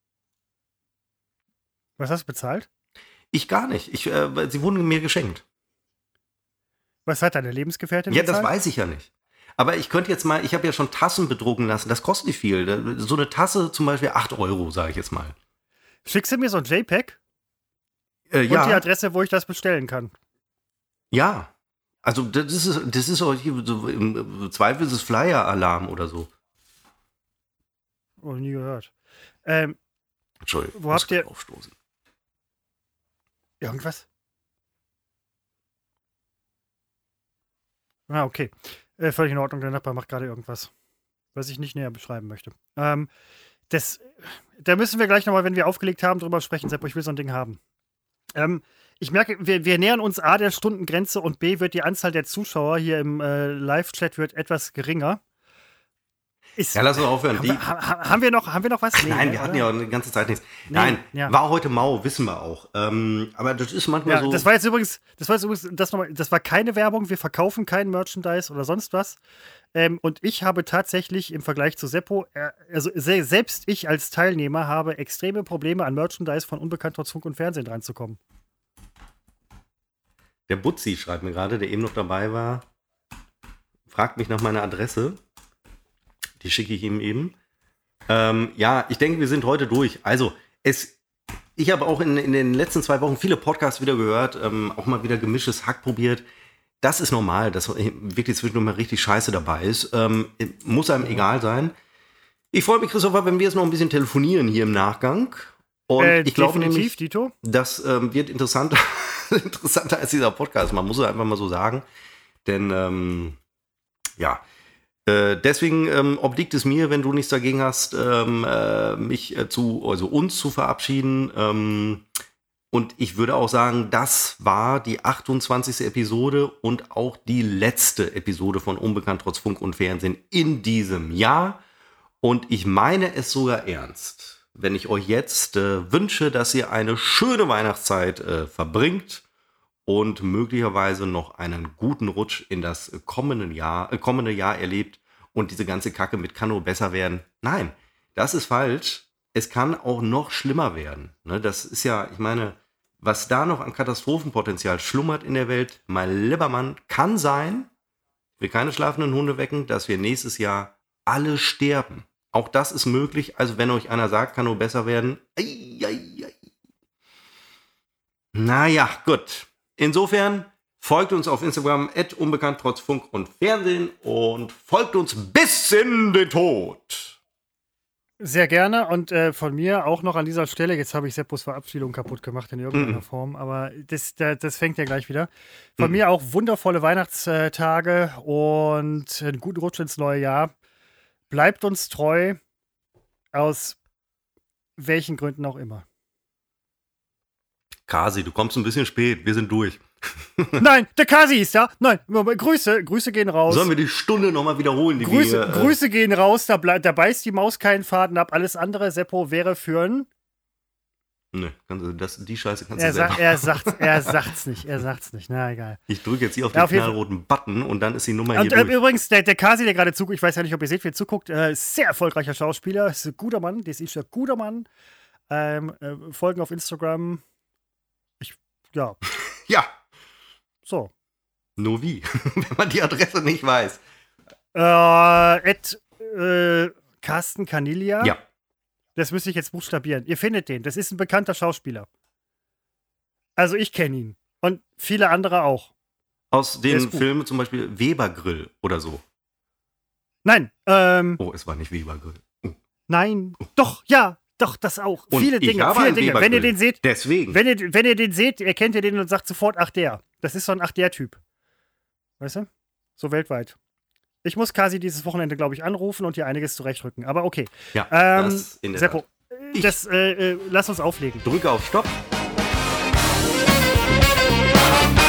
Was hast du bezahlt? Ich gar nicht. Ich, äh, sie wurden mir geschenkt. Was hat deine Lebensgefährtin Ja, bezahlt? das weiß ich ja nicht. Aber ich könnte jetzt mal, ich habe ja schon Tassen bedrucken lassen. Das kostet nicht viel. Da- So eine Tasse zum Beispiel acht Euro, sage ich jetzt mal. Schickst du mir so ein JPEG Äh, und die ja, Adresse, wo ich das bestellen kann? ja. Also das ist, das ist auch hier so, im Zweifel ist es Flyer-Alarm oder so. Oh, nie gehört. Ähm, Entschuldigung, Wo muss habt ihr- grad aufstoßen. irgendwas? Ah, okay. Äh, völlig in Ordnung, der Nachbar macht gerade irgendwas, was ich nicht näher beschreiben möchte. Ähm, das, da müssen wir gleich nochmal, wenn wir aufgelegt haben, drüber sprechen, Seppo, ich will so ein Ding haben. Ähm, ich merke, wir, wir nähern uns A der Stundengrenze und B wird die Anzahl der Zuschauer hier im äh, Live-Chat wird etwas geringer. Ist, Ja, lass uns aufhören. haben, Die, wir, ha, haben wir noch, haben wir noch was? Nee, Nein, ne, wir hatten oder? ja eine ganze Zeit nichts. Nee, Nein, ja. war heute mau, wissen wir auch. Ähm, aber das ist manchmal Ja, so. das war jetzt übrigens, das war jetzt übrigens, das nochmal, das war keine Werbung, wir verkaufen kein Merchandise oder sonst was. Ähm, und ich habe tatsächlich im Vergleich zu Seppo, äh, also se selbst ich als Teilnehmer habe extreme Probleme an Merchandise von Unbekannt trotz Funk und Fernsehen dranzukommen. Der Butzi schreibt mir gerade, der eben noch dabei war, fragt mich nach meiner Adresse. Die schicke ich ihm eben. Ähm, ja, ich denke, wir sind heute durch. Also, es, ich habe auch in, in den letzten zwei Wochen viele Podcasts wieder gehört, ähm, auch mal wieder gemischtes Hack probiert. Das ist normal, dass wirklich zwischendurch mal richtig Scheiße dabei ist. Ähm, muss einem egal sein. Ich freue mich, Christopher, wenn wir jetzt noch ein bisschen telefonieren hier im Nachgang. Und Äh, ich glaube definitiv, nämlich, Dito. das ähm, wird interessanter, interessanter als dieser Podcast. Man muss es einfach mal so sagen. Denn, ähm, ja, äh, deswegen ähm, obliegt es mir, wenn du nichts dagegen hast, ähm, äh, mich äh, zu, also uns zu verabschieden. Ähm, und ich würde auch sagen, das war die achtundzwanzigste Episode und auch die letzte Episode von Unbekannt trotz Funk und Fernsehen in diesem Jahr. Und ich meine es sogar ernst, wenn ich euch jetzt äh, wünsche, dass ihr eine schöne Weihnachtszeit äh, verbringt und möglicherweise noch einen guten Rutsch in das kommende Jahr, äh, kommende Jahr erlebt und diese ganze Kacke mit kann nur besser werden. Nein, das ist falsch. Es kann auch noch schlimmer werden. Ne, das ist ja, ich meine, was da noch an Katastrophenpotenzial schlummert in der Welt, mein lieber Mann, kann sein, ich will keine schlafenden Hunde wecken, dass wir nächstes Jahr alle sterben. Auch das ist möglich. Also wenn euch einer sagt, kann nur besser werden. Ei, ei, ei. Naja, gut. Insofern folgt uns auf Instagram at unbekannt trotz Funk und Fernsehen und folgt uns bis in den Tod. Sehr gerne und äh, von mir auch noch an dieser Stelle, jetzt habe ich Seppos Verabschiedung kaputt gemacht in irgendeiner Mhm. Form, aber das, das, das fängt ja gleich wieder. Von Mhm. mir auch wundervolle Weihnachtstage und einen guten Rutsch ins neue Jahr. Bleibt uns treu, aus welchen Gründen auch immer. Kasi, du kommst ein bisschen spät. Wir sind durch. Nein, der Kasi ist da. Nein, Grüße, Grüße gehen raus. Sollen wir die Stunde nochmal wiederholen? Die Grüße, wir, äh, Grüße gehen raus, da, blei- da beißt die Maus keinen Faden ab. Alles andere, Seppo, wäre für ein. Ne, kannst du, das, die Scheiße kannst Er, du sa selber. er, sagt's, er sagt's nicht, er sagt's nicht. Na, egal. Ich drücke jetzt hier auf Ja, den auf jeden knallroten Button und dann ist die Nummer Und hier äh, durch. übrigens, der, der Kasi, der gerade zuguckt, ich weiß ja nicht, ob ihr seht, wer zuguckt, äh, sehr erfolgreicher Schauspieler, ist ein guter Mann, das ist ein guter Mann. Ähm, äh, folgen auf Instagram. Ich Ja. Ja. So. Nur wie? Wenn man die Adresse nicht weiß. Äh, at, äh, Carsten Canilia. Ja. Das müsste ich jetzt buchstabieren. Ihr findet den. Das ist ein bekannter Schauspieler. Also ich kenne ihn. Und viele andere auch. Aus Der ist den gut. Filmen zum Beispiel Webergrill oder so. Nein, ähm, Oh, es war nicht Webergrill. Oh. nein, doch, ja, doch, das auch. Und viele ich Dinge, habe viele einen Dinge. Wenn ihr Webergrill. den seht, Deswegen. wenn ihr, wenn ihr den seht, erkennt ihr den und sagt sofort, ach der. Das ist so ein ach der Typ. Weißt du? So weltweit. Ich muss Kasi dieses Wochenende, glaube ich, anrufen und ihr einiges zurechtrücken. Aber okay. Ja, Ähm, das in der Seppo, Tat. äh, das, äh, äh, lass uns auflegen. Drücke auf Stopp.